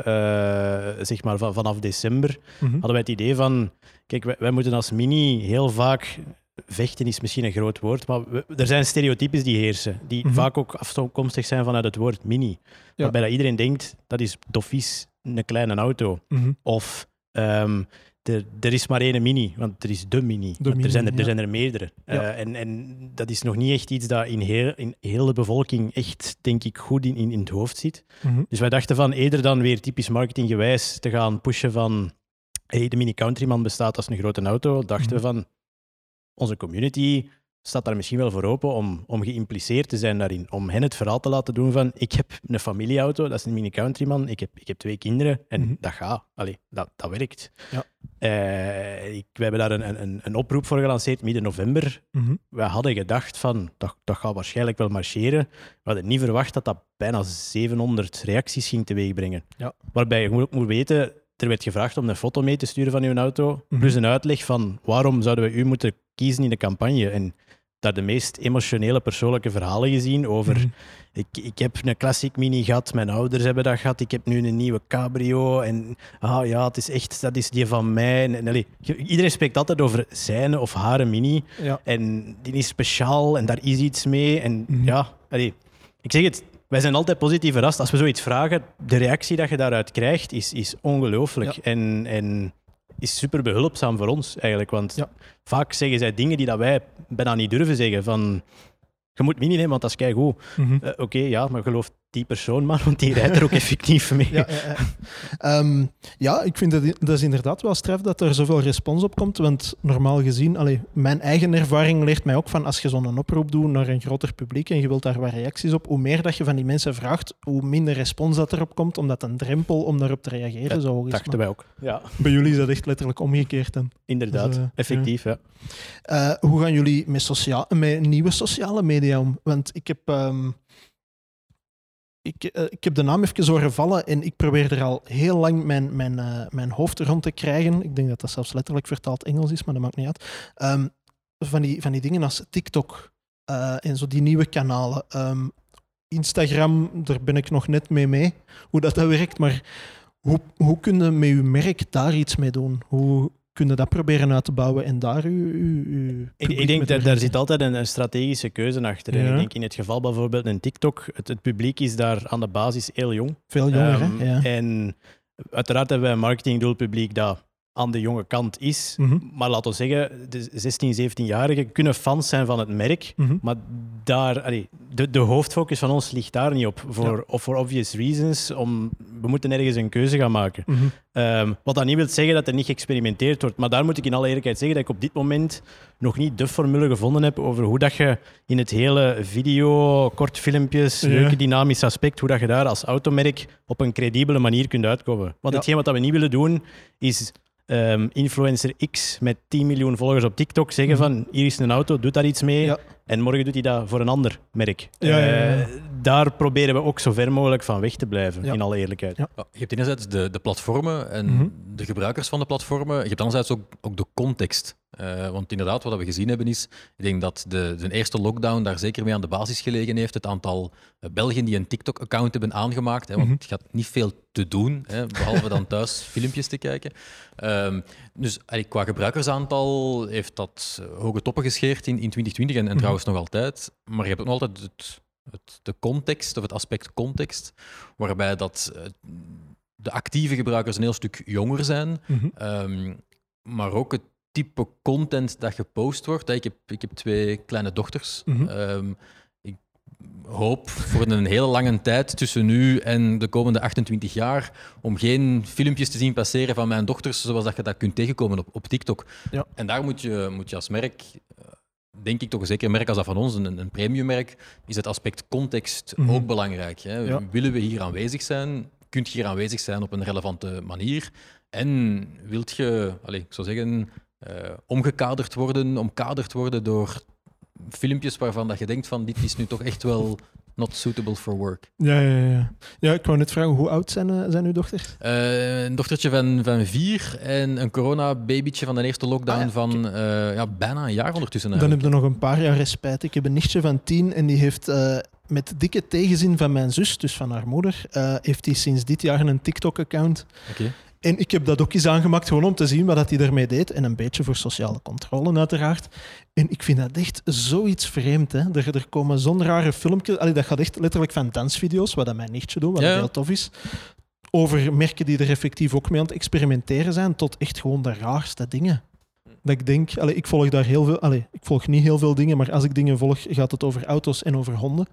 uh, zeg maar van, vanaf december, mm-hmm. hadden wij het idee van, kijk, wij, wij moeten als Mini heel vaak... Vechten is misschien een groot woord, maar we, er zijn stereotypes die heersen, die mm-hmm. vaak ook afkomstig zijn vanuit het woord mini. Ja. Waarbij dat iedereen denkt, dat is doffies, een kleine auto. Mm-hmm. Of um, er, er is maar één mini, want er is de mini. De mini er, zijn er, ja. er zijn er meerdere. Ja. Uh, en, en dat is nog niet echt iets dat in heel, in heel de bevolking echt, denk ik, goed in, in, in het hoofd zit. Mm-hmm. Dus wij dachten van, eerder dan weer typisch marketinggewijs te gaan pushen van hey, de Mini Countryman bestaat als een grote auto, dachten mm-hmm. we van... Onze community staat daar misschien wel voor open om, om geïmpliceerd te zijn daarin. Om hen het verhaal te laten doen van ik heb een familieauto, dat is een Mini Countryman, ik heb, ik heb twee kinderen en mm-hmm. dat gaat. Allee, dat, dat werkt. Ja. Uh, ik, we hebben daar een, een, een oproep voor gelanceerd midden november. Mm-hmm. We hadden gedacht van dat, dat gaat waarschijnlijk wel marcheren. We hadden niet verwacht dat dat bijna zevenhonderd reacties ging teweegbrengen. Ja. Waarbij je moet, moet weten... Er werd gevraagd om een foto mee te sturen van uw auto, mm-hmm. plus een uitleg van waarom zouden we u moeten kiezen in de campagne. En daar de meest emotionele persoonlijke verhalen gezien over mm-hmm. ik, ik heb een Classic Mini gehad, mijn ouders hebben dat gehad, ik heb nu een nieuwe Cabrio en ah ja, het is echt, dat is die van mij. En, en, allee, iedereen spreekt altijd over zijn of haar Mini ja. en die is speciaal en daar is iets mee. En mm-hmm. ja, allee, ik zeg het, wij zijn altijd positief verrast. Als we zoiets vragen, de reactie dat je daaruit krijgt is, is ongelooflijk. Ja. En, en is super behulpzaam voor ons eigenlijk. Want ja. vaak zeggen zij dingen die dat wij bijna niet durven zeggen. Van, je moet Mini nemen, want dat is keigoed. Mm-hmm. Uh, Oké, okay, ja, maar geloof die persoon maar, want die rijdt er ook effectief mee. Ja, ja, ja. Um, ja ik vind dat, dat is inderdaad wel straf dat er zoveel respons op komt. Want normaal gezien, allee, mijn eigen ervaring leert mij ook van als je zo'n oproep doet naar een groter publiek en je wilt daar wat reacties op, hoe meer dat je van die mensen vraagt, hoe minder respons dat erop komt, omdat een drempel om daarop te reageren ja, zo hoog is. dachten wij ook. Ja. Bij jullie is dat echt letterlijk omgekeerd. Dan. Inderdaad, dus, uh, effectief, ja. ja. Uh, hoe gaan jullie met, socia- met nieuwe sociale media om? Want ik heb... Um, Ik, uh, ik heb de naam even horen vallen en ik probeer er al heel lang mijn, mijn, uh, mijn hoofd rond te krijgen. Ik denk dat dat zelfs letterlijk vertaald Engels is, maar dat maakt niet uit. Um, van, die, van die dingen als TikTok uh, en zo die nieuwe kanalen. Um, Instagram, daar ben ik nog net mee mee, hoe dat, dat werkt. Maar hoe, hoe kun je met je merk daar iets mee doen? Hoe kun je dat proberen uit te bouwen en daar uw, uw, uw Ik, ik denk dat daar zit altijd een, een strategische keuze achter. Ja. Ik denk in het geval bijvoorbeeld in TikTok, het, het publiek is daar aan de basis heel jong. Veel jonger, um, hè? Ja. En uiteraard hebben wij een marketingdoelpubliek dat aan de jonge kant is. Mm-hmm. Maar laten we zeggen, de zestien, zeventien-jarigen kunnen fans zijn van het merk, mm-hmm. maar daar, allee, de, de hoofdfocus van ons ligt daar niet op, voor, ja. of for obvious reasons. Om, we moeten ergens een keuze gaan maken. Mm-hmm. Um, wat dat niet wil zeggen dat er niet geëxperimenteerd wordt, maar daar moet ik in alle eerlijkheid zeggen dat ik op dit moment nog niet de formule gevonden heb over hoe dat je in het hele video, kortfilmpjes, ja. leuke dynamisch aspect, hoe dat je daar als automerk op een credibele manier kunt uitkomen. Want ja. hetgeen wat we niet willen doen, is um, influencer X met tien miljoen volgers op TikTok zeggen mm-hmm. van hier is een auto, doe daar iets mee. Ja. en morgen doet hij dat voor een ander merk. Ja, ja, ja. Uh, daar proberen we ook zo ver mogelijk van weg te blijven, ja. in alle eerlijkheid. Ja. Je hebt enerzijds de, de platformen en mm-hmm. de gebruikers van de platformen. Je hebt anderzijds ook, ook de context. Uh, want inderdaad, wat we gezien hebben is, ik denk dat de, de eerste lockdown daar zeker mee aan de basis gelegen heeft. Het aantal uh, Belgen die een TikTok-account hebben aangemaakt. Hè, want mm-hmm. het gaat niet veel te doen, hè, behalve dan thuis filmpjes te kijken. Um, dus allee, qua gebruikersaantal heeft dat hoge toppen gescheerd in, in twintig twintig en, en mm-hmm. trouwens nog altijd. Maar je hebt ook nog altijd het, het, de context, of het aspect context, waarbij dat, uh, de actieve gebruikers een heel stuk jonger zijn. Mm-hmm. Um, maar ook het type content dat gepost wordt. Ik heb, ik heb twee kleine dochters. Mm-hmm. Um, ik hoop voor een hele lange tijd tussen nu en de komende achtentwintig jaar om geen filmpjes te zien passeren van mijn dochters zoals dat je dat kunt tegenkomen op, op TikTok. Ja. En daar moet je, moet je als merk, denk ik toch zeker een merk als dat van ons, een, een premiummerk, is het aspect context mm-hmm. ook belangrijk. Hè? Ja. Willen we hier aanwezig zijn? Kunt je hier aanwezig zijn op een relevante manier? En wilt je, allez, ik zou zeggen, uh, omgekaderd worden, omkaderd worden door filmpjes waarvan dat je denkt van dit is nu toch echt wel not suitable for work. Ja, ja, ja. ja ik wou net vragen, hoe oud zijn, uh, zijn uw dochters? Uh, een dochtertje van, van vier en een corona-babytje van de eerste lockdown ah, ja. van uh, ja, bijna een jaar ondertussen. Dan heb je nog een paar jaar respijt. Ik heb een nichtje van tien en die heeft uh, met dikke tegenzin van mijn zus, dus van haar moeder, uh, heeft die sinds dit jaar een TikTok-account. Okay. En ik heb dat ook eens aangemaakt gewoon om te zien wat hij ermee deed. En een beetje voor sociale controle uiteraard. En ik vind dat echt zoiets vreemd. Hè? Er, er komen zo'n rare filmpjes. Allee, dat gaat echt letterlijk van dansvideo's, wat dat mijn nichtje doet, wat ja. heel tof is. Over merken die er effectief ook mee aan het experimenteren zijn, tot echt gewoon de raarste dingen. Dat ik denk, allee, ik volg daar heel veel... Allee, ik volg niet heel veel dingen, maar als ik dingen volg, gaat het over auto's en over honden.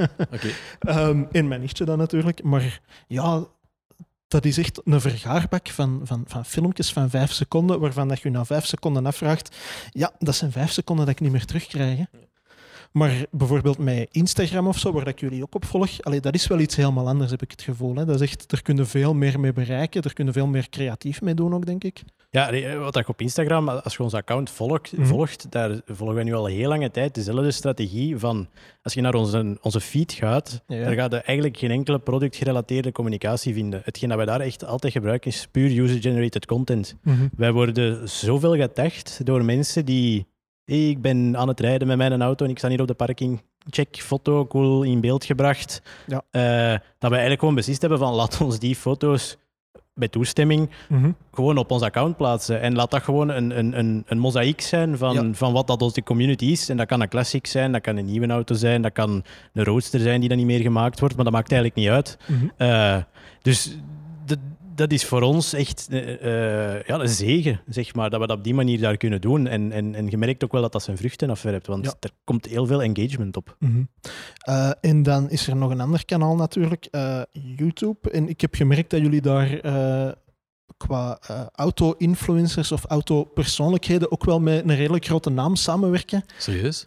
Okay. um, en mijn nichtje dan natuurlijk. Maar ja... Dat is echt een vergaarbak van, van, van filmpjes van vijf seconden, waarvan dat je na vijf seconden afvraagt. Ja, dat zijn vijf seconden dat ik niet meer terugkrijg. Hè. Maar bijvoorbeeld met Instagram of zo, waar ik jullie ook op volg, allee, dat is wel iets helemaal anders, heb ik het gevoel. Hè. Dat is echt, er kunnen veel meer mee bereiken, er kunnen veel meer creatief mee doen ook, denk ik. Ja, wat ik op Instagram, als je ons account volgt, mm-hmm. volgt, daar volgen we nu al heel lange tijd dezelfde strategie van, als je naar onze, onze feed gaat, ja. dan ga je eigenlijk geen enkele productgerelateerde communicatie vinden. Hetgeen dat wij daar echt altijd gebruiken is puur user-generated content. Mm-hmm. Wij worden zoveel getagd door mensen die... Hey, ik ben aan het rijden met mijn auto en ik sta hier op de parking. Check, foto, cool, in beeld gebracht. Ja. Uh, dat we eigenlijk gewoon beslist hebben van laat ons die foto's bij toestemming mm-hmm. gewoon op ons account plaatsen. En laat dat gewoon een, een, een, een mozaïek zijn van, ja. van wat dat onze community is. En dat kan een classic zijn, dat kan een nieuwe auto zijn, dat kan een roadster zijn die dan niet meer gemaakt wordt, maar dat maakt eigenlijk niet uit. Mm-hmm. Uh, dus... De, Dat is voor ons echt uh, uh, ja, een zegen, zeg maar, dat we dat op die manier daar kunnen doen. En, en, en je merkt ook wel dat dat zijn vruchten afwerpt, want ja. er komt heel veel engagement op. Mm-hmm. Uh, en dan is er nog een ander kanaal natuurlijk, uh, YouTube. En ik heb gemerkt dat jullie daar uh, qua uh, auto-influencers of auto-persoonlijkheden ook wel met een redelijk grote naam samenwerken. Serieus?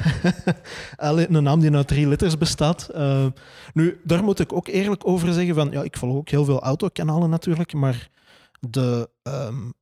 Allee, een naam die uit drie letters bestaat. Uh, nu, daar moet ik ook eerlijk over zeggen van, ja, ik volg ook heel veel autokanalen natuurlijk, maar de, um,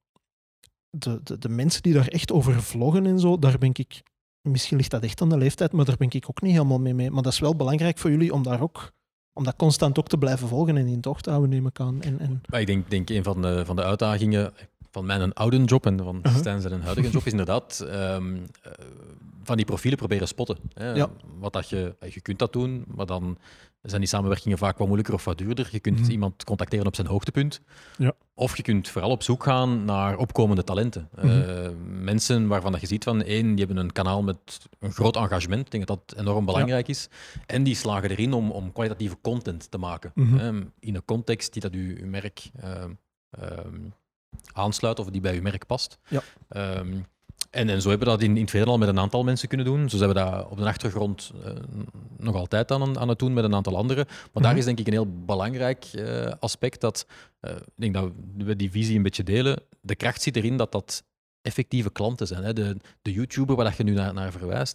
de, de, de mensen die daar echt over vloggen en zo, daar ben ik, misschien ligt dat echt aan de leeftijd, maar daar ben ik ook niet helemaal mee mee. Maar dat is wel belangrijk voor jullie om daar ook om dat constant ook te blijven volgen en in tocht te houden, neem ik aan. En, en... Maar ik denk, denk een van de, van de uitdagingen van mijn oude job en van uh-huh. Stijn zijn huidige job is inderdaad um, uh, van die profielen proberen spotten. Hè. Ja. Wat dat je, je kunt dat doen, maar dan zijn die samenwerkingen vaak wat moeilijker of wat duurder. Je kunt mm-hmm. iemand contacteren op zijn hoogtepunt. Ja. Of je kunt vooral op zoek gaan naar opkomende talenten. Mm-hmm. Uh, mensen waarvan dat je ziet van, één, die hebben een kanaal met een groot engagement. Ik denk dat dat enorm belangrijk ja. is. En die slagen erin om, om kwalitatieve content te maken. Mm-hmm. Um, in een context die dat uw, uw merk uh, um, aansluit of die bij uw merk past. Ja. Um, En, en zo hebben we dat in, in het verleden al met een aantal mensen kunnen doen. Zo zijn we dat op de achtergrond uh, nog altijd aan, aan het doen met een aantal anderen. Maar mm-hmm. daar is denk ik een heel belangrijk uh, aspect dat, uh, ik denk dat we die visie een beetje delen. De kracht zit erin dat dat effectieve klanten zijn. Hè. De, de YouTuber waar je nu naar, naar verwijst, hè.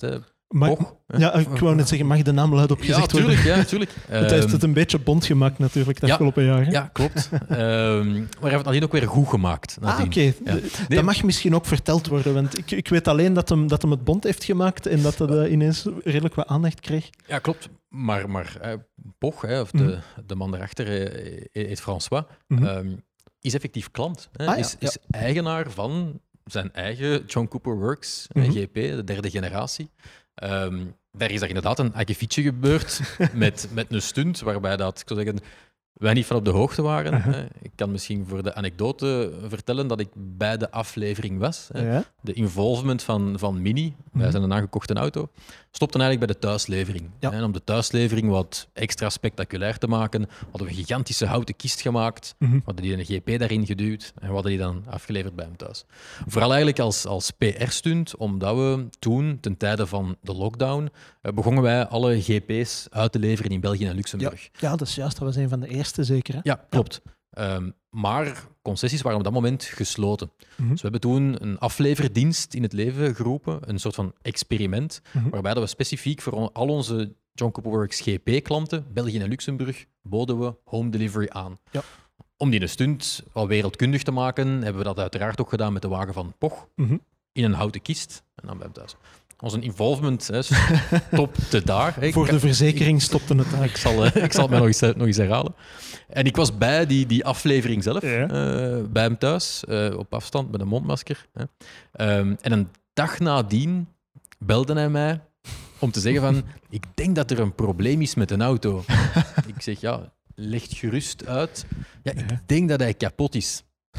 Mag, Och, ja, ik wou net zeggen, mag de naam luid opgezegd ja, tuurlijk, worden? Ja, tuurlijk. Het heeft het een beetje bond gemaakt natuurlijk de ja, afgelopen jaren. Ja, klopt. um, maar hij heeft het nadien ook weer goed gemaakt. Ah, oké. Okay. Ja. Nee, dat mag misschien ook verteld worden, want ik, ik weet alleen dat hem, dat hem het bond heeft gemaakt en dat het uh, ineens redelijk wat aandacht kreeg. Ja, klopt. Maar, maar uh, Poch, hè, of de, mm-hmm. de man daarachter, uh, heet François, mm-hmm. um, is effectief klant. Hè, ah, is, ja. is eigenaar van zijn eigen John Cooper Works, mm-hmm. G P, de derde generatie. Um, daar is er inderdaad een akkefietje gebeurd met, met een stunt waarbij dat, ik zou zeggen, wij niet van op de hoogte waren. Uh-huh. Ik kan misschien voor de anekdote vertellen dat ik bij de aflevering was. Ja? De involvement van, van Mini, mm-hmm. wij zijn een aangekochte auto, stopte eigenlijk bij de thuislevering. Ja. En om de thuislevering wat extra spectaculair te maken, hadden we een gigantische houten kist gemaakt, mm-hmm. we hadden die een G P daarin geduwd en we hadden die dan afgeleverd bij hem thuis. Vooral eigenlijk als, als P R-stunt, omdat we toen, ten tijde van de lockdown, begonnen wij alle G P's uit te leveren in België en Luxemburg. Ja, ja dat is juist. Dat was een van de eerste, zeker. Hè? Ja, klopt. Ja. Um, maar concessies waren op dat moment gesloten. Mm-hmm. Dus we hebben toen een afleverdienst in het leven geroepen, een soort van experiment, mm-hmm. waarbij dat we specifiek voor al onze John Cooper Works G P-klanten, België en Luxemburg, boden we home delivery aan. Ja. Om die een stunt al wereldkundig te maken, hebben we dat uiteraard ook gedaan met de wagen van Poch, mm-hmm. in een houten kist en dan bij hem thuis. Onze involvement hè, stopte daar. Hè. Voor de verzekering stopte het daar. Ik zal, uh, ik zal het mij nog eens, nog eens herhalen. En ik was bij die, die aflevering zelf, ja. uh, bij hem thuis, uh, op afstand met een mondmasker. Hè. Um, en een dag nadien belde hij mij om te zeggen van, ik denk dat er een probleem is met een auto. Ik zeg, ja, leg gerust uit. Ja, ik ja. denk dat hij kapot is.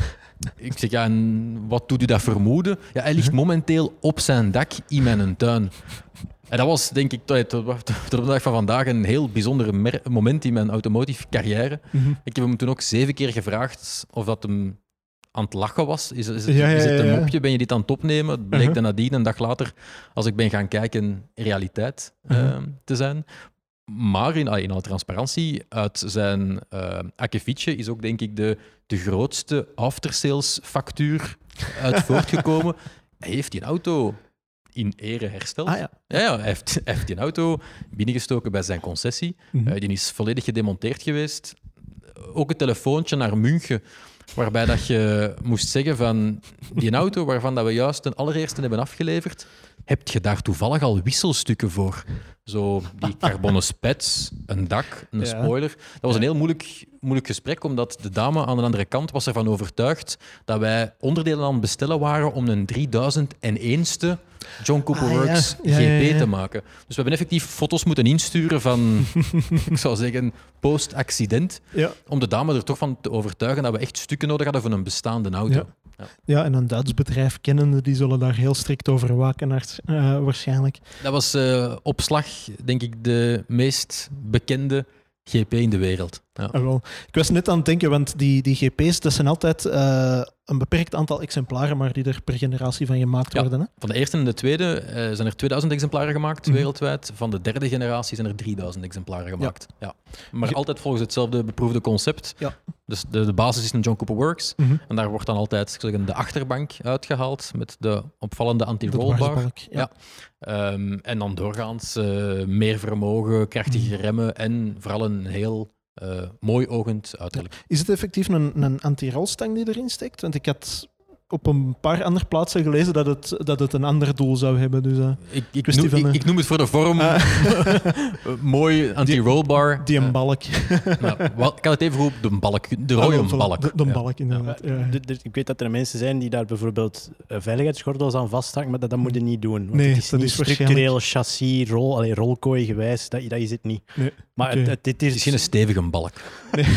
Ik zeg, ja, en wat doet u dat vermoeden? Ja, hij ligt momenteel op zijn dak in mijn tuin. En dat was, denk ik, tot, tot, tot op de dag van vandaag een heel bijzonder mer- moment in mijn automotive carrière. Mm-hmm. Ik heb hem toen ook zeven keer gevraagd of dat hem aan het lachen was. Is, is, het, ja, ja, is het een ja, ja. mopje? Ben je dit aan het opnemen? Het bleek uh-huh. dan nadien, een dag later, als ik ben gaan kijken, realiteit uh-huh. uh, te zijn. Maar in, in alle transparantie, uit zijn uh, akkefietje is ook, denk ik, de, de grootste aftersales factuur uit voortgekomen. Hij heeft die auto in ere hersteld. Ah, ja. Ja, ja, hij, heeft, hij heeft die auto binnengestoken bij zijn concessie. Mm-hmm. Uh, die is volledig gedemonteerd geweest. Ook een telefoontje naar München, waarbij dat je moest zeggen van die auto waarvan dat we juist ten allereerste hebben afgeleverd, heb je daar toevallig al wisselstukken voor? Zo die carbonnen spets, een dak, een ja. spoiler. Dat was een heel moeilijk, moeilijk gesprek, omdat de dame aan de andere kant was ervan overtuigd dat wij onderdelen aan het bestellen waren om een drieduizend eenste John Cooper Works ah, ja. Ja, ja, ja, ja. G P te maken. Dus we hebben effectief foto's moeten insturen van, ik zou zeggen, post-accident, ja. om de dame er toch van te overtuigen dat we echt stukken nodig hadden van een bestaande auto. Ja. Ja. ja, en een Duits bedrijf kennende, die zullen daar heel strikt over waken, uh, waarschijnlijk. Dat was uh, op slag, denk ik, de meest bekende G P in de wereld. Ja. Ah, wel. Ik was net aan het denken, want die, die G P's, dat zijn altijd uh, een beperkt aantal exemplaren, maar die er per generatie van gemaakt ja, worden. Hè? Van de eerste en de tweede uh, zijn er tweeduizend exemplaren gemaakt, mm-hmm. wereldwijd. Van de derde generatie zijn er drieduizend exemplaren gemaakt. Ja. Ja. Maar Ge- altijd volgens hetzelfde beproefde concept. Ja. Dus de, de basis is een John Cooper Works. Mm-hmm. En daar wordt dan altijd ik zeg, de achterbank uitgehaald met de opvallende anti-rollbar. Ja. Ja. Um, en dan doorgaans uh, meer vermogen, krachtige mm-hmm. remmen en vooral een heel uh, mooi ogend uiterlijk. Ja. Is het effectief een, een anti-rolstang die erin steekt? Want ik had op een paar andere plaatsen gelezen dat het, dat het een ander doel zou hebben. Dus, uh, ik, ik, noem, van, ik, ik noem het voor de vorm uh, mooi anti-rollbar. Die, die een balk. Nou, wel, ik kan het even goed op de balk, de rode oh, balk. De, de balk, inderdaad. Ja. Ja. De, de, ik weet dat er mensen zijn die daar bijvoorbeeld veiligheidsgordels aan vasthangen, maar dat, dat moet je niet doen. Nee, het is dat niet is structureel chassis, rol, allee, rolkooi gewijs, dat, dat is het niet. Nee. Maar okay. het, het, het, is... het is geen stevige balk. Nee.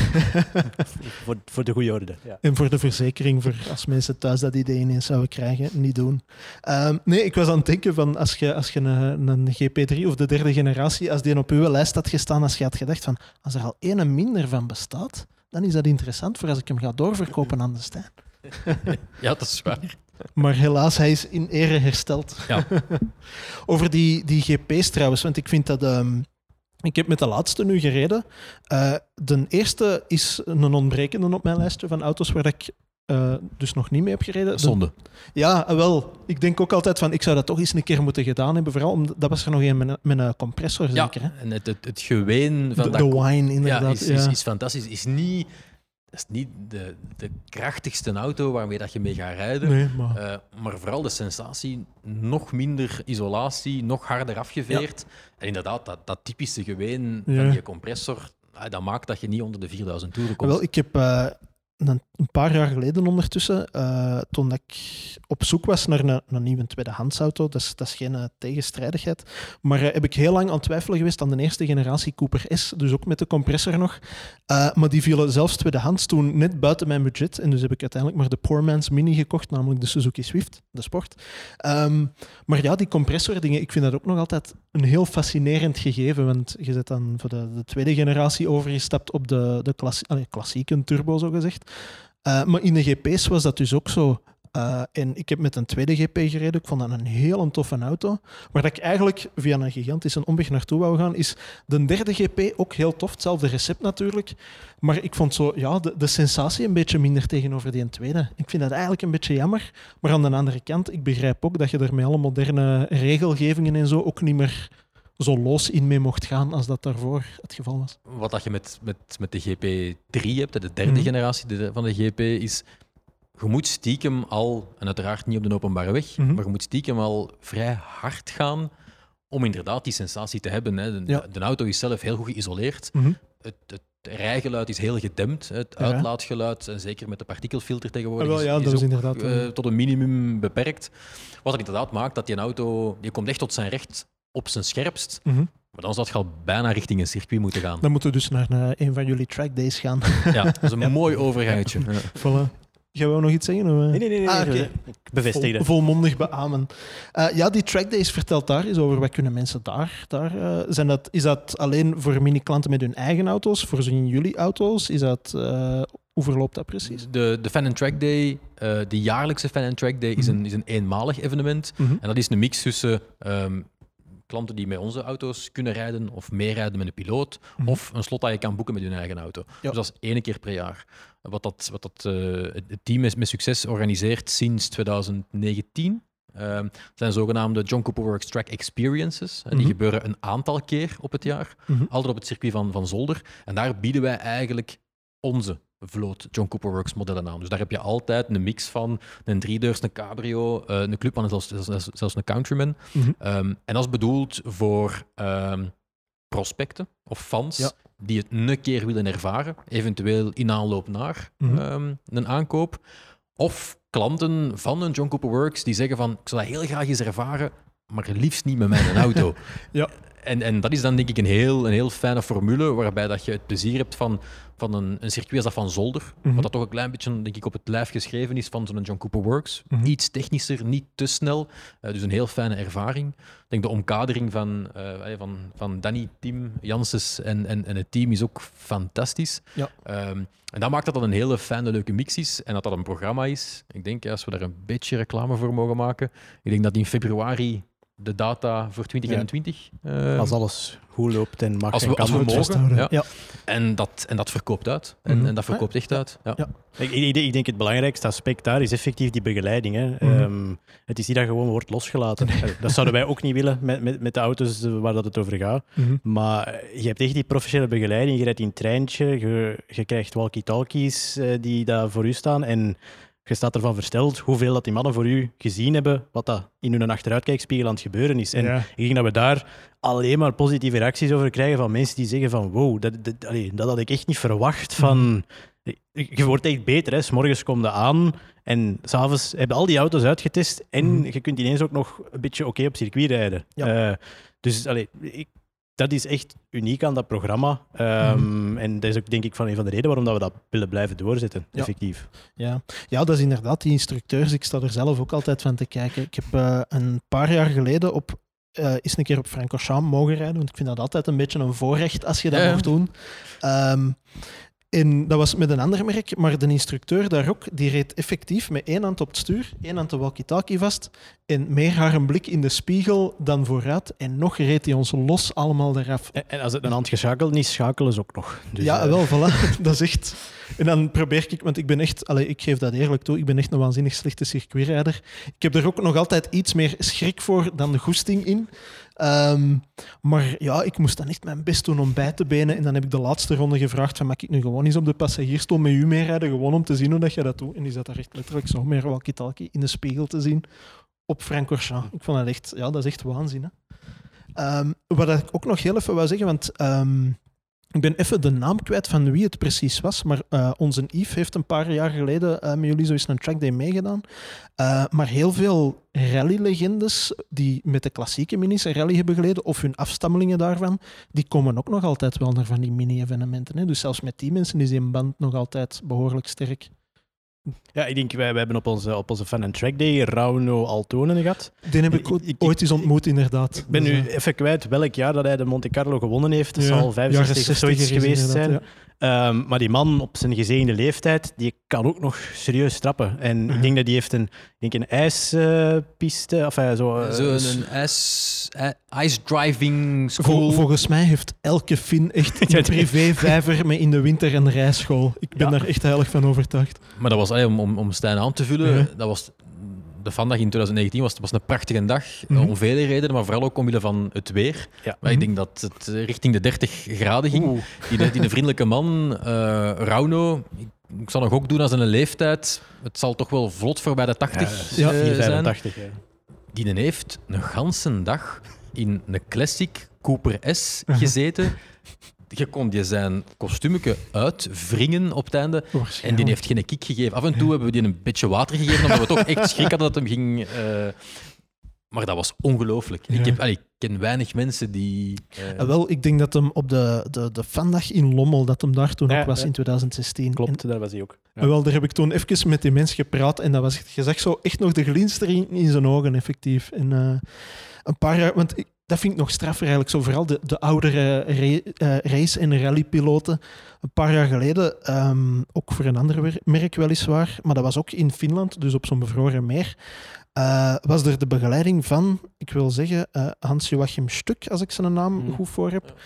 voor, voor de goede orde. Ja. En voor de verzekering, voor als mensen thuis dat idee ineens zouden krijgen, niet doen. Um, nee, ik was aan het denken van als je, als je een, een G P drie of de derde generatie, als die op uw lijst had gestaan, als je had gedacht van als er al één minder van bestaat, dan is dat interessant voor als ik hem ga doorverkopen aan de Stijn. Ja, dat is waar. Maar helaas, hij is in ere hersteld. Ja. Over die, die G P's trouwens, want ik vind dat... Um, ik heb met de laatste nu gereden. Uh, de eerste is een ontbrekende op mijn lijstje van auto's waar ik uh, dus nog niet mee heb gereden. Zonde. Ja, wel. Ik denk ook altijd van, ik zou dat toch eens een keer moeten gedaan hebben. Vooral omdat dat was er nog een met, met een compressor, zeker. Ja, hè? En het, het, het geween van de, dat... De wine, inderdaad. Ja, is, ja. is, is fantastisch. Is niet... Dat is niet de, de krachtigste auto waarmee dat je mee gaat rijden. Nee, maar... Uh, maar vooral de sensatie, nog minder isolatie, nog harder afgeveerd. Ja. En inderdaad, dat, dat typische geween ja. van die compressor, dat maakt dat je niet onder de vierduizend toeren komt. Wel, ik heb uh, een, een paar jaar geleden ondertussen, uh, toen ik op zoek was naar een, een nieuwe tweedehandsauto, dat is, dat is geen uh, tegenstrijdigheid, maar uh, heb ik heel lang aan het twijfelen geweest aan de eerste generatie Cooper S, dus ook met de compressor nog. Uh, maar die vielen zelfs tweedehands toen net buiten mijn budget. En dus heb ik uiteindelijk maar de Poor Man's Mini gekocht, namelijk de Suzuki Swift, de Sport. Um, maar ja, die compressor-dingen, ik vind dat ook nog altijd een heel fascinerend gegeven. Want je bent dan voor de, de tweede generatie overgestapt op de, de klassie, allez, klassieke turbo, zo gezegd. Uh, maar in de G P's was dat dus ook zo. Uh, en ik heb met een tweede G P gereden. Ik vond dat een heel toffe auto. Waar ik eigenlijk via een gigantische omweg naartoe wou gaan, is de derde G P ook heel tof. Hetzelfde recept natuurlijk. Maar ik vond zo, ja, de, de sensatie een beetje minder tegenover die tweede. Ik vind dat eigenlijk een beetje jammer. Maar aan de andere kant, ik begrijp ook dat je er met alle moderne regelgevingen en zo ook niet meer zo los in mee mocht gaan als dat daarvoor het geval was. Wat dat je met, met, met de G P drie hebt, de derde mm-hmm. generatie van de G P, is... Je moet stiekem al, en uiteraard niet op de openbare weg, mm-hmm. maar je moet stiekem al vrij hard gaan om inderdaad die sensatie te hebben. Hè. De, ja. de auto is zelf heel goed geïsoleerd. Mm-hmm. Het, het rijgeluid is heel gedempt. Het ja. uitlaatgeluid, en zeker met de partikelfilter tegenwoordig, wel, ja, is, is, dat is ook inderdaad, uh, tot een minimum beperkt. Wat het inderdaad maakt dat die auto, die komt echt tot zijn recht op zijn scherpst. Mm-hmm. Maar dan zou je al bijna richting een circuit moeten gaan. Dan moeten we dus naar uh, een van jullie trackdays gaan. Ja, dat is een ja. mooi overgangetje. Ja. Voilà. Gaan we nog iets zeggen? Of? Nee, nee, nee. nee, ah, okay. Ik bevestig Vol, volmondig beamen. Uh, ja, die trackdays, vertelt daar eens over. Wat kunnen mensen daar... daar uh, zijn dat, is dat alleen voor mini-klanten met hun eigen auto's? Voorzien jullie auto's? Is dat... Uh, hoe verloopt dat precies? De, de Fan and Track Day, uh, de jaarlijkse Fan and Track Day, mm-hmm. is, een, is een eenmalig evenement. Mm-hmm. En dat is een mix tussen... Um, klanten die met onze auto's kunnen rijden of meerijden met een piloot, mm-hmm. of een slot dat je kan boeken met hun eigen auto. Ja. Dus dat is één keer per jaar. Wat, dat, wat dat, uh, het team is met succes organiseert sinds twintig negentien uh, zijn zogenaamde John Cooper Works Track Experiences. Mm-hmm. Die gebeuren een aantal keer op het jaar, mm-hmm. altijd op het circuit van, van Zolder. En daar bieden wij eigenlijk onze vloot John Cooper Works modellen aan. Dus daar heb je altijd een mix van een driedeurs, een cabrio, uh, een clubman en zelfs, zelfs, zelfs een countryman. Mm-hmm. Um, en dat is bedoeld voor um, prospecten of fans ja. die het een keer willen ervaren, eventueel in aanloop naar mm-hmm. um, een aankoop. Of klanten van een John Cooper Works die zeggen van, ik zou dat heel graag eens ervaren, maar liefst niet met mijn auto. ja. En, en dat is dan denk ik een heel, een heel fijne formule waarbij dat je het plezier hebt van, van een, een circuit als dat van Zolder, mm-hmm. wat dat toch een klein beetje denk ik, op het lijf geschreven is van zo'n John Cooper Works. Mm-hmm. Iets technischer, niet te snel. Uh, dus een heel fijne ervaring. Ik denk de omkadering van, uh, van, van Danny, Tim, Janssens en, en, en het team is ook fantastisch. Ja. Um, en dat maakt dat dat een hele fijne, leuke mix is en dat dat een programma is. Ik denk, als we daar een beetje reclame voor mogen maken, ik denk dat in februari de data voor twintig eenentwintig. Ja. Uh, als alles goed loopt en mag als en we, kan als we mogen. Ja. Ja. En, dat, en dat verkoopt uit. En, mm-hmm. en dat verkoopt echt uit. Ja. Ja. Ik, ik, ik denk het belangrijkste aspect daar is effectief die begeleiding. Hè. Mm-hmm. Um, het is niet dat gewoon wordt losgelaten. Nee. Dat zouden wij ook niet willen met, met, met de auto's waar dat het over gaat. Mm-hmm. Maar je hebt echt die professionele begeleiding. Je rijdt in een treintje, je, je krijgt walkie-talkies uh, die daar voor u staan. En je staat ervan versteld hoeveel dat die mannen voor u gezien hebben, wat dat in hun achteruitkijkspiegel aan het gebeuren is. En ja. ik denk dat we daar alleen maar positieve reacties over krijgen van mensen die zeggen van wow, dat, dat, allee, dat had ik echt niet verwacht. Van, je wordt echt beter, hè. 's Morgens kom je aan en s'avonds hebben al die auto's uitgetest en mm. je kunt ineens ook nog een beetje oké okay op circuit rijden. Ja. Uh, dus allee, ik, dat is echt uniek aan dat programma. Um, mm. En dat is ook denk ik van een van de redenen waarom dat we dat willen blijven doorzetten, ja. effectief. Ja. ja, dat is inderdaad die instructeurs. Ik sta er zelf ook altijd van te kijken. Ik heb uh, een paar jaar geleden op, uh, eens een keer op Francorchamps mogen rijden, want ik vind dat altijd een beetje een voorrecht als je dat ja. mag doen. Um, En dat was met een ander merk, maar de instructeur daar ook, die reed effectief met één hand op het stuur, één hand de walkie-talkie vast en meer haar een blik in de spiegel dan vooruit. En nog reed hij ons los allemaal eraf. En, en als het een hand geschakeld niet, schakelen ze ook nog. Dus, ja, uh... wel, voilà. Dat is echt... En dan probeer ik, want ik ben echt, allez, ik geef dat eerlijk toe, ik ben echt een waanzinnig slechte circuitrijder. Ik heb er ook nog altijd iets meer schrik voor dan de goesting in. Um, maar ja, ik moest dan echt mijn best doen om bij te benen. En dan heb ik de laatste ronde gevraagd van, mag ik nu gewoon eens op de passagiersstoel met u meerijden, gewoon om te zien hoe dat je dat doet. En die zat daar echt letterlijk zo meer walkie-talkie in de spiegel te zien op Francorchamps. Ik vond dat echt, ja, dat is echt waanzin. Hè. Um, wat ik ook nog heel even wou zeggen, want... Um, Ik ben even de naam kwijt van wie het precies was, maar uh, onze Yves heeft een paar jaar geleden uh, met jullie zo eens een trackday meegedaan. Uh, maar heel veel rally-legendes die met de klassieke minis een rally hebben geleden, of hun afstammelingen daarvan, die komen ook nog altijd wel naar van die mini-evenementen. Hè? Dus zelfs met die mensen is die band nog altijd behoorlijk sterk. Ja, ik denk, wij, wij hebben op onze, op onze Fan and Track Day Rauno Altonen gehad. Die heb ik, ik, ik ooit eens ontmoet, inderdaad. Ik ben dus, nu uh, even kwijt welk jaar dat hij de Monte Carlo gewonnen heeft. Dat ja, zal vijfenzestig of zoiets geweest zijn. Ja. Um, maar die man op zijn gezegende leeftijd, die kan ook nog serieus trappen. En uh-huh. ik denk dat hij heeft een, denk een ijspiste, uh, of uh, zo... Uh, zo een ijs, ice driving school. Vol, volgens mij heeft elke Fin echt een privévijver met in de winter een rijschool. Ik ben ja. daar echt heilig van overtuigd. Maar dat was, allee, om, om, om Stijn aan te vullen, uh-huh. dat was... De vandaag in twintig negentien was, was een prachtige dag, mm-hmm. om vele redenen, maar vooral ook omwille van het weer. Ja. Maar ik denk dat het richting de dertig graden ging. Die, die een vriendelijke man, uh, Rauno, ik, ik zal nog ook doen als een leeftijd, het zal toch wel vlot voorbij de tachtig ja, uh, zijn. vijfentachtig, ja. Die heeft een ganse dag in een classic Cooper S gezeten. Je kon je zijn kostuumetje uitwringen op het einde. En die heeft geen kick gegeven. Af en toe ja. hebben we die een beetje water gegeven, omdat we toch echt schrik hadden dat hem ging... Uh... Maar dat was ongelooflijk. Ja. Ik, heb, allee, ik ken weinig mensen die... Uh... Ja, wel, ik denk dat hem op de, de, de Vandag in Lommel, dat hem daar toen ja, ook was ja. in twintig zestien. Klopt, en, daar was hij ook. Ja. Wel, daar heb ik toen even met die mens gepraat en dat was, je zag zo echt nog de glinstering in zijn ogen, effectief. En uh, een paar jaar... Want ik, dat vind ik nog straffer eigenlijk. Zo vooral de, de oudere re, uh, race- en rallypiloten. Een paar jaar geleden, um, ook voor een ander merk weliswaar, maar dat was ook in Finland, dus op zo'n bevroren meer, uh, was er de begeleiding van, ik wil zeggen, uh, Hans-Joachim Stuk, als ik zijn naam mm. goed voor heb.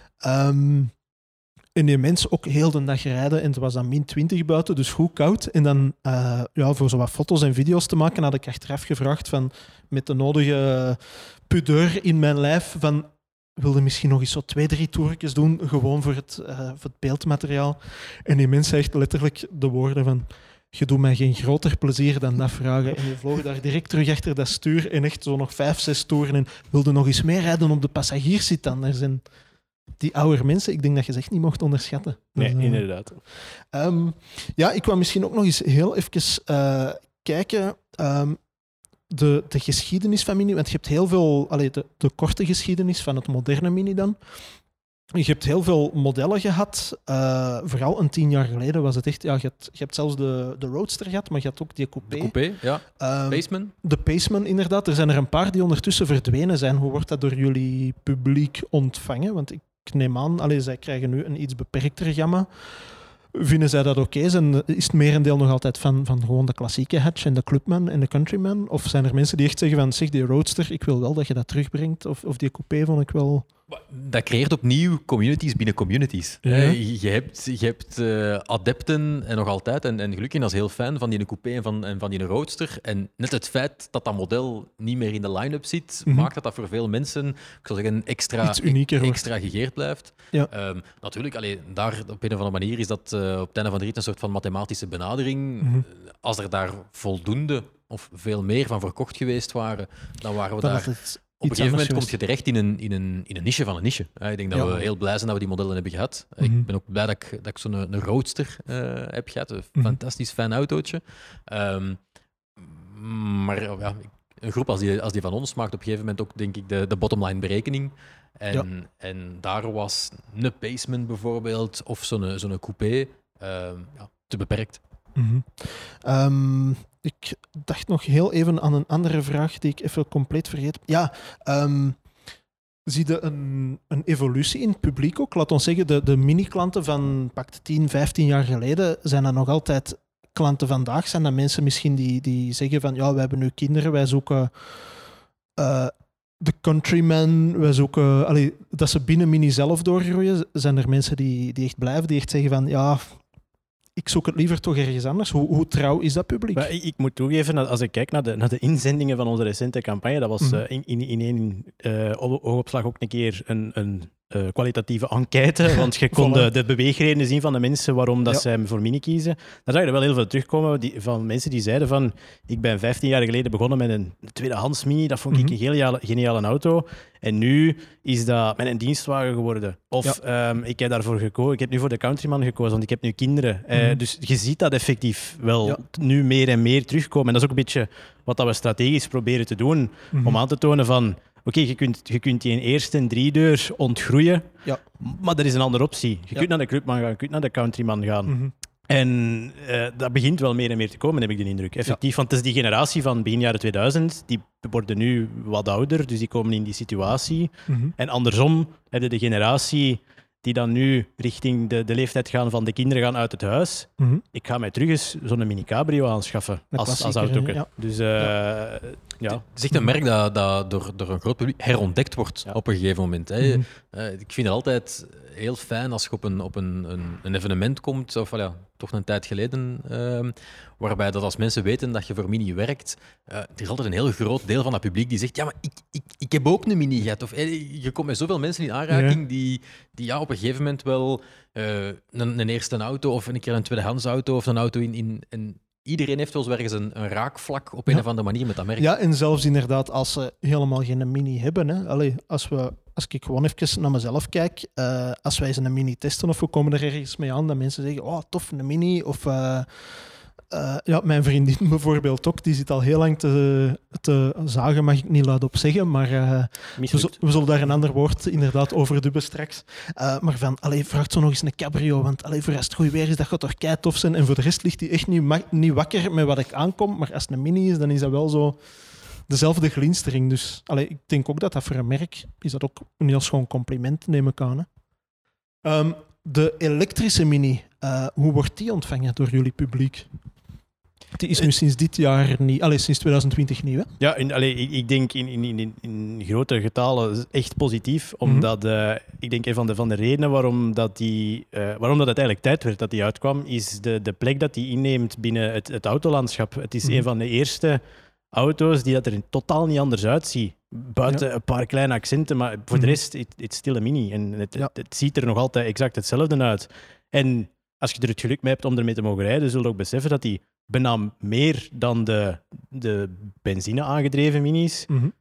Um, en die mensen ook heel de dag rijden en het was dan min twintig buiten, dus goed koud. En dan, uh, ja, voor zo wat foto's en video's te maken, had ik achteraf gevraagd van, met de nodige pudeur in mijn lijf, van, wilde misschien nog eens zo twee, drie toertjes doen, gewoon voor het, uh, voor het beeldmateriaal. En die mensen echt letterlijk de woorden van, je doet mij geen groter plezier dan dat vragen. En je vloog daar direct terug achter dat stuur en echt zo nog vijf, zes toeren en wilde nog eens meer rijden op de passagierszit dan. Er zijn die oude mensen, ik denk dat je ze echt niet mocht onderschatten. Nee, dus, uh, inderdaad. Um, ja, ik wou misschien ook nog eens heel even uh, kijken... Um, De, de geschiedenis van Mini, want je hebt heel veel, allee, de, de korte geschiedenis van het moderne Mini dan. Je hebt heel veel modellen gehad. Uh, vooral een tien jaar geleden was het echt... Ja, je, hebt, je hebt zelfs de, de Roadster gehad, maar je had ook die coupé. De coupé, ja. Um, Paceman. De Paceman, inderdaad. Er zijn er een paar die ondertussen verdwenen zijn. Hoe wordt dat door jullie publiek ontvangen? Want ik neem aan, allee, zij krijgen nu een iets beperkter gamma. Vinden zij dat oké? Okay? Is het merendeel nog altijd van, van gewoon de klassieke hatch en de Clubman en de Countryman? Of zijn er mensen die echt zeggen van, zeg, die Roadster, ik wil wel dat je dat terugbrengt? Of, of die coupé vond ik wel... Dat creëert opnieuw communities binnen communities. Ja. Je hebt, je hebt uh, adepten, en nog altijd, en, en gelukkig, dat is heel fijn, van die coupé en van, en van die Roadster. En net het feit dat dat model niet meer in de line-up zit, mm-hmm. maakt dat dat voor veel mensen, ik zou zeggen, extra, extra gegeerd blijft. Ja. Um, natuurlijk, allee, daar op een of andere manier is dat uh, op het einde van de rit een soort van mathematische benadering. Mm-hmm. Als er daar voldoende of veel meer van verkocht geweest waren, dan waren we dat daar... Op een gegeven moment kom je terecht in een, in, een, in een niche van een niche. Ik denk dat ja. we heel blij zijn dat we die modellen hebben gehad. Mm-hmm. Ik ben ook blij dat ik, dat ik zo'n een Roadster uh, heb gehad. Een mm-hmm. fantastisch fijn autootje. Um, maar ja, een groep als die, als die van ons maakt op een gegeven moment ook, denk ik, de, de bottomline berekening. En, ja. en daar was een Paceman bijvoorbeeld, of zo'n, zo'n coupé, uh, ja, te beperkt. Mm-hmm. Um, ik dacht nog heel even aan een andere vraag die ik even compleet vergeet. Ja, um, zie je een, een evolutie in het publiek ook? Laat ons zeggen, de, de mini-klanten van pakt tien, vijftien jaar geleden zijn dat nog altijd klanten vandaag. Zijn dat mensen misschien die, die zeggen van ja, wij hebben nu kinderen, wij zoeken uh, de countryman, wij zoeken... Allee, dat ze binnen Mini zelf doorgroeien. Zijn er mensen die, die echt blijven, die echt zeggen van ja... Ik zoek het liever toch ergens anders. Hoe, hoe trouw is dat publiek? Maar ik, ik moet toegeven, dat als ik kijk naar de, naar de inzendingen van onze recente campagne, dat was mm-hmm. uh, in, in, in één uh, oogopslag ook een keer een, een uh, kwalitatieve enquête, want je kon de, de beweegredenen zien van de mensen waarom dat ja. zij voor Mini kiezen. Daar zag je er wel heel veel terugkomen die, van mensen die zeiden van ik ben vijftien jaar geleden begonnen met een tweedehands Mini, dat vond mm-hmm. ik een geniale, geniale auto. En nu is dat met een dienstwagen geworden. Of ja. um, ik heb daarvoor gekozen. Ik heb nu voor de Countryman gekozen, want ik heb nu kinderen. Mm-hmm. Uh, dus je ziet dat effectief wel ja. nu meer en meer terugkomen. En dat is ook een beetje wat dat we strategisch proberen te doen. Mm-hmm. Om aan te tonen van... Oké, okay, je, kunt, je kunt die in eerste driedeur ontgroeien. Ja. Maar er is een andere optie. Je ja. kunt naar de Clubman gaan, je kunt naar de Countryman gaan. Mm-hmm. En uh, dat begint wel meer en meer te komen, heb ik de indruk. Effectief, ja. want het is die generatie van begin jaren tweeduizend, die worden nu wat ouder, dus die komen in die situatie. Mm-hmm. En andersom heb je de generatie die dan nu richting de, de leeftijd gaan van de kinderen gaan uit het huis. Mm-hmm. Ik ga mij terug eens zo'n mini cabrio aanschaffen als, als auto. Ja. Dus uh, ja. ja. Het is echt een merk dat, dat door, door een groot publiek herontdekt wordt ja. op een gegeven moment. Hè. Mm-hmm. Uh, ik vind het altijd heel fijn als je op een, op een, een, een evenement komt, of ja, toch een tijd geleden, uh, waarbij dat als mensen weten dat je voor Mini werkt, uh, er is altijd een heel groot deel van het publiek die zegt ja, maar ik, ik, ik heb ook een Mini gehad. Of hey, je komt met zoveel mensen in aanraking ja. die, die ja, op een gegeven moment wel uh, een, een eerste auto of een keer een tweedehands auto of een auto in... in, in iedereen heeft wel eens ergens een, een raakvlak op een ja. of andere manier met dat merk. Ja, en zelfs inderdaad als ze helemaal geen Mini hebben. Hè. Allee, als, we, als ik gewoon even naar mezelf kijk, uh, als wij eens een Mini testen of we komen er ergens mee aan, dat mensen zeggen, oh, tof, een Mini. Of uh, uh, ja, mijn vriendin bijvoorbeeld ook, die zit al heel lang te, te zagen, mag ik niet luid op zeggen, maar uh, we, we zullen daar een ander woord inderdaad over dubben straks. Uh, maar van, allee, vraagt zo nog eens een cabrio, want allee, voor als het goed weer is, dat gaat toch kei tof zijn. En voor de rest ligt hij echt niet, ma- niet wakker met wat ik aankom, maar als het een Mini is, dan is dat wel zo dezelfde glinstering. Dus allee, ik denk ook dat dat voor een merk is dat ook een heel schoon compliment, neem ik aan. Hè. Um, de elektrische Mini, uh, hoe wordt die ontvangen door jullie publiek? Die is nu sinds dit jaar niet, allee, sinds twintig twintig nieuw, hè? Ja, in, allee, ik, ik denk in, in, in, in grote getalen echt positief, omdat mm-hmm. uh, ik denk een van de, van de redenen waarom, dat die, uh, waarom dat het eigenlijk tijd werd dat die uitkwam, is de, de plek dat die inneemt binnen het, het autolandschap. Het is mm-hmm. een van de eerste auto's die dat er totaal niet anders uitziet. Buiten ja. een paar kleine accenten, maar voor mm-hmm. de rest, het is still een Mini. En het, ja. het, het ziet er nog altijd exact hetzelfde uit. En als je er het geluk mee hebt om ermee te mogen rijden, zul je ook beseffen dat die bijna meer dan de, de benzine-aangedreven Minis mm-hmm.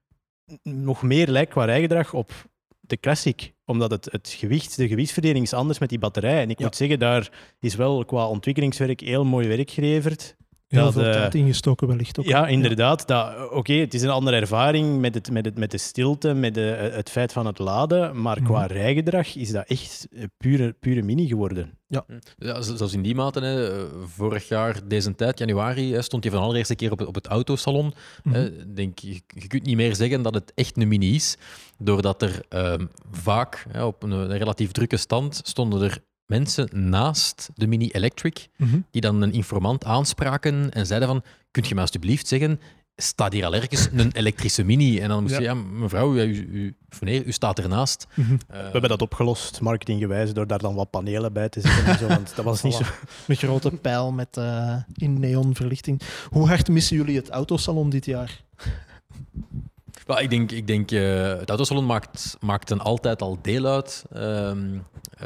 nog meer lijkt qua rijgedrag op de Classic. Omdat het, het gewicht, de gewichtsverdeling is anders met die batterij. En ik ja. moet zeggen, daar is wel qua ontwikkelingswerk heel mooi werk geleverd. Heel dat, veel uh, tijd ingestoken wellicht ook. Ja, inderdaad. Ja. Oké, okay, het is een andere ervaring met, het, met, het, met de stilte, met de, het feit van het laden, maar qua mm. rijgedrag is dat echt pure, pure Mini geworden. Ja, ja zelfs in die mate. Hè, vorig jaar, deze tijd, januari, hè, stond je van de allereerste keer op het, op het autosalon. Mm. Hè, denk, je, je kunt niet meer zeggen dat het echt een Mini is, doordat er um, vaak, hè, op een, een relatief drukke stand, stonden er mensen naast de Mini Electric, mm-hmm. die dan een informant aanspraken en zeiden van, kunt je me alsjeblieft zeggen, staat hier al ergens een elektrische Mini? En dan moest je, ja, ja mevrouw, u, u, meneer, u staat ernaast. Mm-hmm. Uh, We hebben dat opgelost, marketinggewijs, door daar dan wat panelen bij te zetten en zo, want dat was niet zo... Een grote pijl met uh, in neonverlichting. Hoe hard missen jullie het autosalon dit jaar? Well, ik denk, ik denk uh, het autosalon maakt, maakt een altijd al deel uit uh, uh,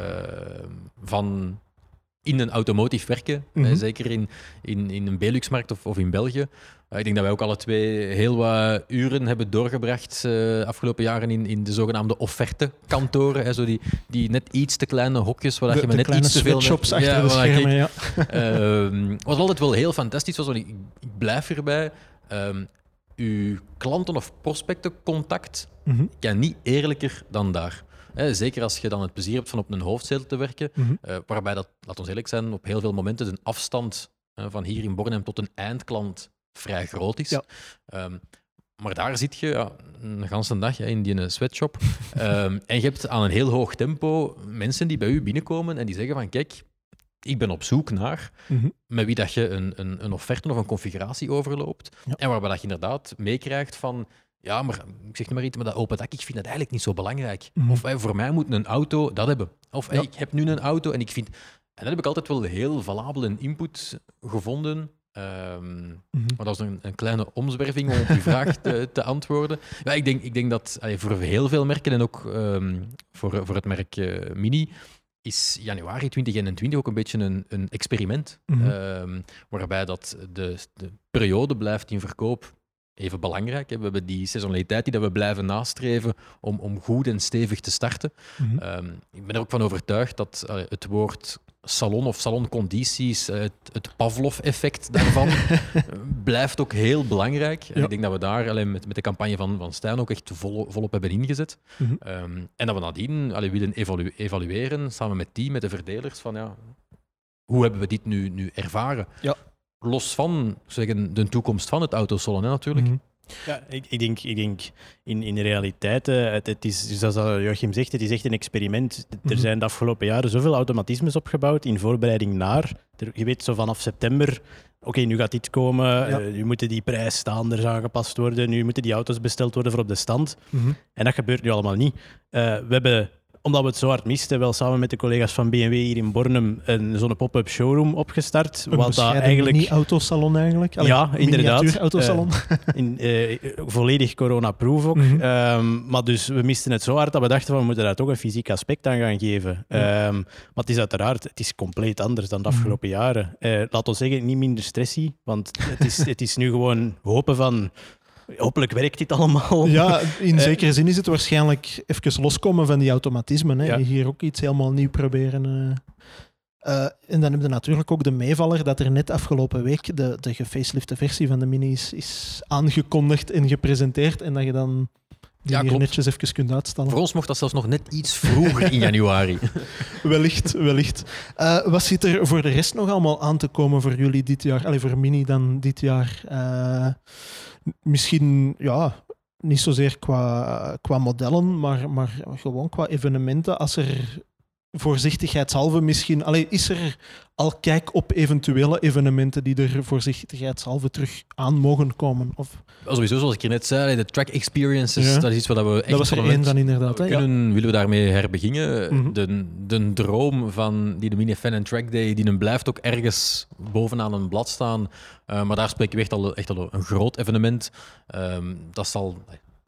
van in een automotive werken. Mm-hmm. Uh, zeker in, in, in een Benelux-markt of, of in België. Uh, ik denk dat wij ook alle twee heel wat uren hebben doorgebracht de uh, afgelopen jaren in, in de zogenaamde offerte-kantoren. Hè, zo die, die net iets te kleine hokjes waar de, je met net iets te veel... shops achter ja, de schermen, ja. uh, wat altijd wel heel fantastisch was, want ik, ik blijf erbij... Um, uw klanten- of prospectencontact mm-hmm. kan niet eerlijker dan daar. He, zeker als je dan het plezier hebt van op een hoofdzetel te werken, mm-hmm. uh, waarbij dat, laat ons eerlijk zijn, op heel veel momenten de afstand uh, van hier in Bornem tot een eindklant vrij groot is. Ja. Um, maar daar zit je ja, een ganse dag ja, in die sweatshop. um, en je hebt aan een heel hoog tempo mensen die bij u binnenkomen en die zeggen van kijk, ik ben op zoek naar mm-hmm. met wie dat je een, een, een offerte of een configuratie overloopt. Ja. En waarbij dat je inderdaad meekrijgt van ja, maar ik zeg maar iets, maar dat open dak, ik vind dat eigenlijk niet zo belangrijk. Mm-hmm. Of hey, voor mij moet een auto dat hebben. Of hey, ja. ik heb nu een auto en ik vind... En dat heb ik altijd wel heel valabel in input gevonden. Um, mm-hmm. Maar dat is een, een kleine omzwerving om op die vraag te, te antwoorden. Ja, ik, denk, ik denk dat allee, voor heel veel merken en ook um, voor, voor het merk uh, Mini is januari twintig eenentwintig ook een beetje een, een experiment. Mm-hmm. Um, waarbij dat de, de periode blijft in verkoop even belangrijk. Hè. We hebben die seizoenaliteit die dat we blijven nastreven om, om goed en stevig te starten. Mm-hmm. Um, ik ben er ook van overtuigd dat uh, het woord salon of saloncondities, uh, het, het Pavlov-effect daarvan, blijft ook heel belangrijk. En ja. ik denk dat we daar alleen met, met de campagne van, van Stijn ook echt vol, volop hebben ingezet. Mm-hmm. Um, en dat we nadien allee, willen evalu- evalueren, samen met die, met de verdelers, van ja, hoe hebben we dit nu, nu ervaren? Ja. Los van zeggen, de toekomst van het autosalon, hè, natuurlijk. Mm-hmm. Ja, ik, ik, denk, ik denk in, in de realiteit, uh, het, het is, zoals Joachim zegt, het is echt een experiment. Mm-hmm. Er zijn de afgelopen jaren zoveel automatismes opgebouwd in voorbereiding naar. Er, je weet, zo vanaf september, oké, okay, nu gaat dit komen, ja. uh, nu moeten die prijsstaanders aangepast worden, nu moeten die auto's besteld worden voor op de stand. Mm-hmm. En dat gebeurt nu allemaal niet. Uh, we hebben... Omdat we het zo hard misten, wel samen met de collega's van B M W hier in Bornem een zo'n pop-up showroom opgestart. Een wat dat eigenlijk mini-autosalon eigenlijk? Allee, ja, inderdaad. Autosalon. Uh, in, uh, volledig corona-proof ook. Mm-hmm. Um, maar dus we misten het zo hard dat we dachten van we moeten daar toch een fysiek aspect aan gaan geven. Mm-hmm. Um, maar het is uiteraard, het is compleet anders dan de afgelopen mm-hmm. jaren. Uh, laat ons zeggen, niet minder stressy, want het is, het is nu gewoon hopen van... Hopelijk werkt dit allemaal. Ja, in zekere zin is het waarschijnlijk even loskomen van die automatismen. Hè. Ja. Hier ook iets helemaal nieuw proberen. Uh. Uh, en dan hebben we natuurlijk ook de meevaller dat er net afgelopen week de, de gefacelifte versie van de Mini is, is aangekondigd en gepresenteerd. En dat je dan die ja, hier netjes even kunt uitstellen. Voor ons mocht dat zelfs nog net iets vroeger in januari. wellicht, wellicht. Uh, wat zit er voor de rest nog allemaal aan te komen voor jullie dit jaar? Allee, voor Mini dan dit jaar? Uh, Misschien, ja, niet zozeer qua, qua modellen, maar, maar gewoon qua evenementen. Als er voorzichtigheidshalve misschien... Allee, is er al kijk op eventuele evenementen die er voorzichtigheidshalve terug aan mogen komen? Of... Sowieso, zoals ik je net zei, de track experiences, ja. dat is iets wat we echt... Dat was er één dan inderdaad. Hè? Kunnen, ja. Willen we daarmee herbeginnen? Mm-hmm. De, de droom van die de Mini Fan and Track Day, die blijft ook ergens bovenaan een blad staan. Uh, maar daar spreken we echt al, echt al een groot evenement. Um, dat zal...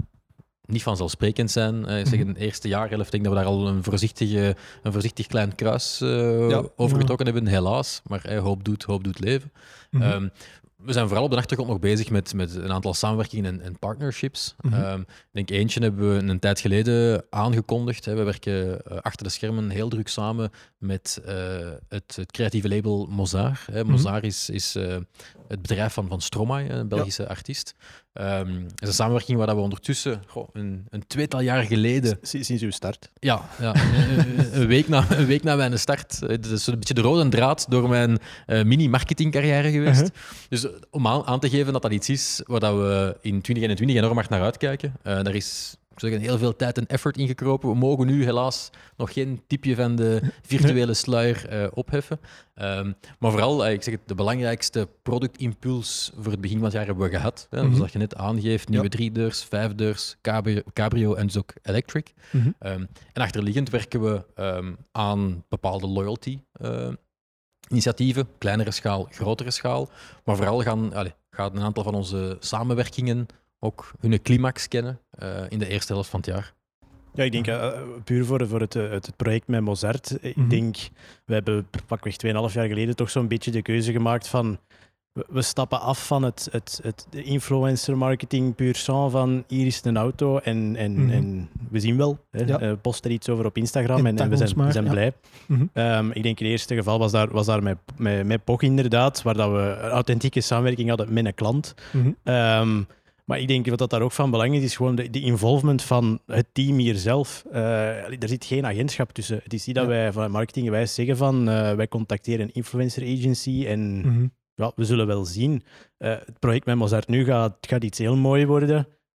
niet vanzelfsprekend zijn. Uh, ik zeg, in de eerste jaarhelft denk ik dat we daar al een, voorzichtige, een voorzichtig klein kruis uh, ja. over getrokken ja. hebben, helaas. Maar uh, hoop doet, hoop doet leven. Mm-hmm. Um, we zijn vooral op de achtergrond nog bezig met, met een aantal samenwerkingen en, en partnerships. Mm-hmm. Um, ik denk eentje hebben we een tijd geleden aangekondigd. Hè. We werken uh, achter de schermen heel druk samen met uh, het, het creatieve label Mozart. Hè. Mm-hmm. Mozart is, is uh, het bedrijf van, van Stromae, een Belgische ja. artiest. Um, het is een samenwerking waar we ondertussen goh, een, een tweetal jaar geleden... Sinds uw start? Ja, ja een, een, week na, een week na mijn start. Het is een beetje de rode draad door mijn uh, mini-marketingcarrière geweest. Uh-huh. Dus om aan, aan te geven dat dat iets is waar dat we in twintig eenentwintig enorm hard naar uitkijken. Uh, daar is... zeggen, heel veel tijd en effort ingekropen. We mogen nu helaas nog geen tipje van de virtuele sluier uh, opheffen. Um, maar vooral, uh, ik zeg het, de belangrijkste productimpuls voor het begin van het jaar hebben we gehad. Hè, mm-hmm. Zoals je net aangeeft, nieuwe ja. driedeurs, vijfdeurs, cabrio, cabrio en dus ook electric. Mm-hmm. Um, en achterliggend werken we um, aan bepaalde loyalty uh, initiatieven, kleinere schaal, grotere schaal. Maar vooral gaan, allez, gaan een aantal van onze samenwerkingen ook hun climax kennen uh, in de eerste helft van het jaar. Ja, ik denk uh, puur voor, voor het, het project met Mozart. Ik mm-hmm. denk, we hebben pakweg tweeënhalf jaar geleden toch zo'n beetje de keuze gemaakt van we, we stappen af van het, het, het de influencer marketing puur sang van hier is een auto en, en, mm-hmm. en we zien wel. Hè, ja. uh, post er iets over op Instagram en, en we zijn, we zijn ja. blij. Mm-hmm. Um, ik denk in het eerste geval was daar, was daar met, met, met P O G inderdaad, waar dat we een authentieke samenwerking hadden met een klant. Mm-hmm. Um, Maar ik denk wat dat daar ook van belang is, is gewoon de, de involvement van het team hier zelf. Uh, er zit geen agentschap tussen. Het is niet dat ja. wij van marketinggewijs zeggen van uh, wij contacteren een influencer agency en mm-hmm. ja, we zullen wel zien. Uh, het project met Mozart nu gaat, gaat iets heel moois worden.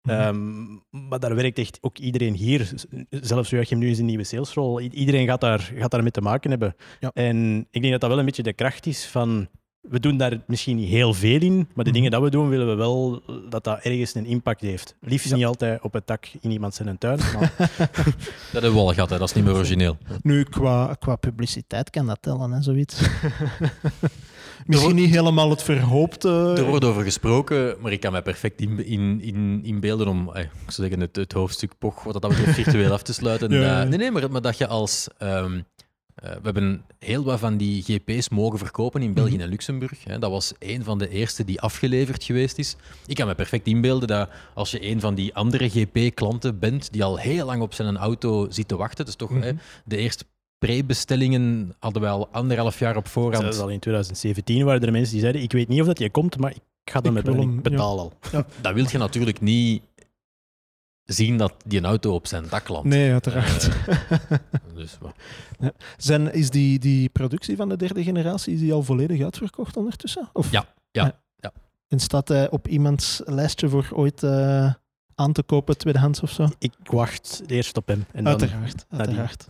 Mm-hmm. Um, maar daar werkt echt ook iedereen hier. Zelfs Joachim nu in zijn nieuwe salesrol. Iedereen gaat daar, gaat daar mee te maken hebben. Ja. En ik denk dat dat wel een beetje de kracht is van... We doen daar misschien niet heel veel in, maar de mm-hmm. dingen dat we doen, willen we wel dat dat ergens een impact heeft. Liefst ja. niet altijd op het dak in iemand zijn tuin. Maar... dat hebben we al gehad, hè. Dat is niet meer origineel. Nu, qua, qua publiciteit kan dat tellen, hè, zoiets. Misschien niet helemaal het verhoopte... Er wordt over gesproken, maar ik kan mij perfect in, in, in, inbeelden om eh, ik zou zeggen, het, het hoofdstuk Poch, wat dat betreft, virtueel af te sluiten. Ja. Uh, nee, nee, maar, maar dat je als... Um, Uh, we hebben heel wat van die G P's mogen verkopen in België mm-hmm. en Luxemburg. Hè. Dat was een van de eerste die afgeleverd geweest is. Ik kan me perfect inbeelden dat als je een van die andere G P-klanten bent die al heel lang op zijn auto zit te wachten, dus toch mm-hmm. hè, de eerste pre-bestellingen hadden we al anderhalf jaar op voorhand. Zelfs al in twintig zeventien waren er mensen die zeiden, ik weet niet of dat je komt, maar ik ga dan met hem betalen al. Ja. Dat wil je natuurlijk niet zien dat die een auto op zijn dak landt. Nee, uiteraard. Uh, dus, ja. Zijn, is die, die productie van de derde generatie is die al volledig uitverkocht ondertussen? Of? Ja, ja, ja, ja. En staat hij op iemands lijstje voor ooit uh, aan te kopen, tweedehands of zo? Ik wacht eerst op hem. En uiteraard, dan uiteraard.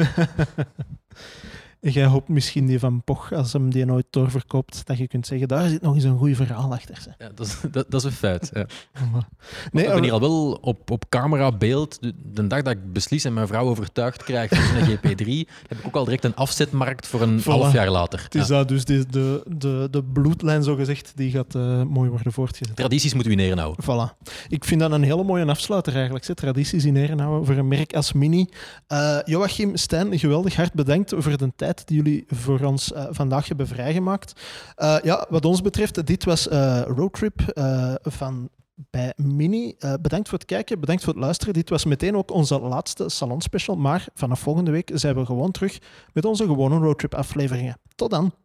Jij hoopt misschien die van Poch, als hem die nooit doorverkoopt, dat je kunt zeggen, daar zit nog eens een goed verhaal achter. Ja, dat, is, dat, dat is een feit. Ja. Nee, ik ben hier al wel op, op camera beeld. De, de dag dat ik beslis en mijn vrouw overtuigd krijg van een G P drie, heb ik ook al direct een afzetmarkt voor een voilà. half jaar later. Het is ja. dat, dus de, de, de, de bloedlijn, zogezegd, die gaat uh, mooi worden voortgezet. Tradities moeten we in ere houden. Voilà. Ik vind dat een hele mooie afsluiter eigenlijk. Hè. Tradities in ere houden voor een merk als Mini. Uh, Joachim, Stijn, geweldig hard bedankt voor de tijd die jullie voor ons uh, vandaag hebben vrijgemaakt. Uh, ja, wat ons betreft, dit was uh, Roadtrip uh, van bij Mini. Uh, bedankt voor het kijken, bedankt voor het luisteren. Dit was meteen ook onze laatste salonspecial, maar vanaf volgende week zijn we gewoon terug met onze gewone Roadtrip afleveringen. Tot dan!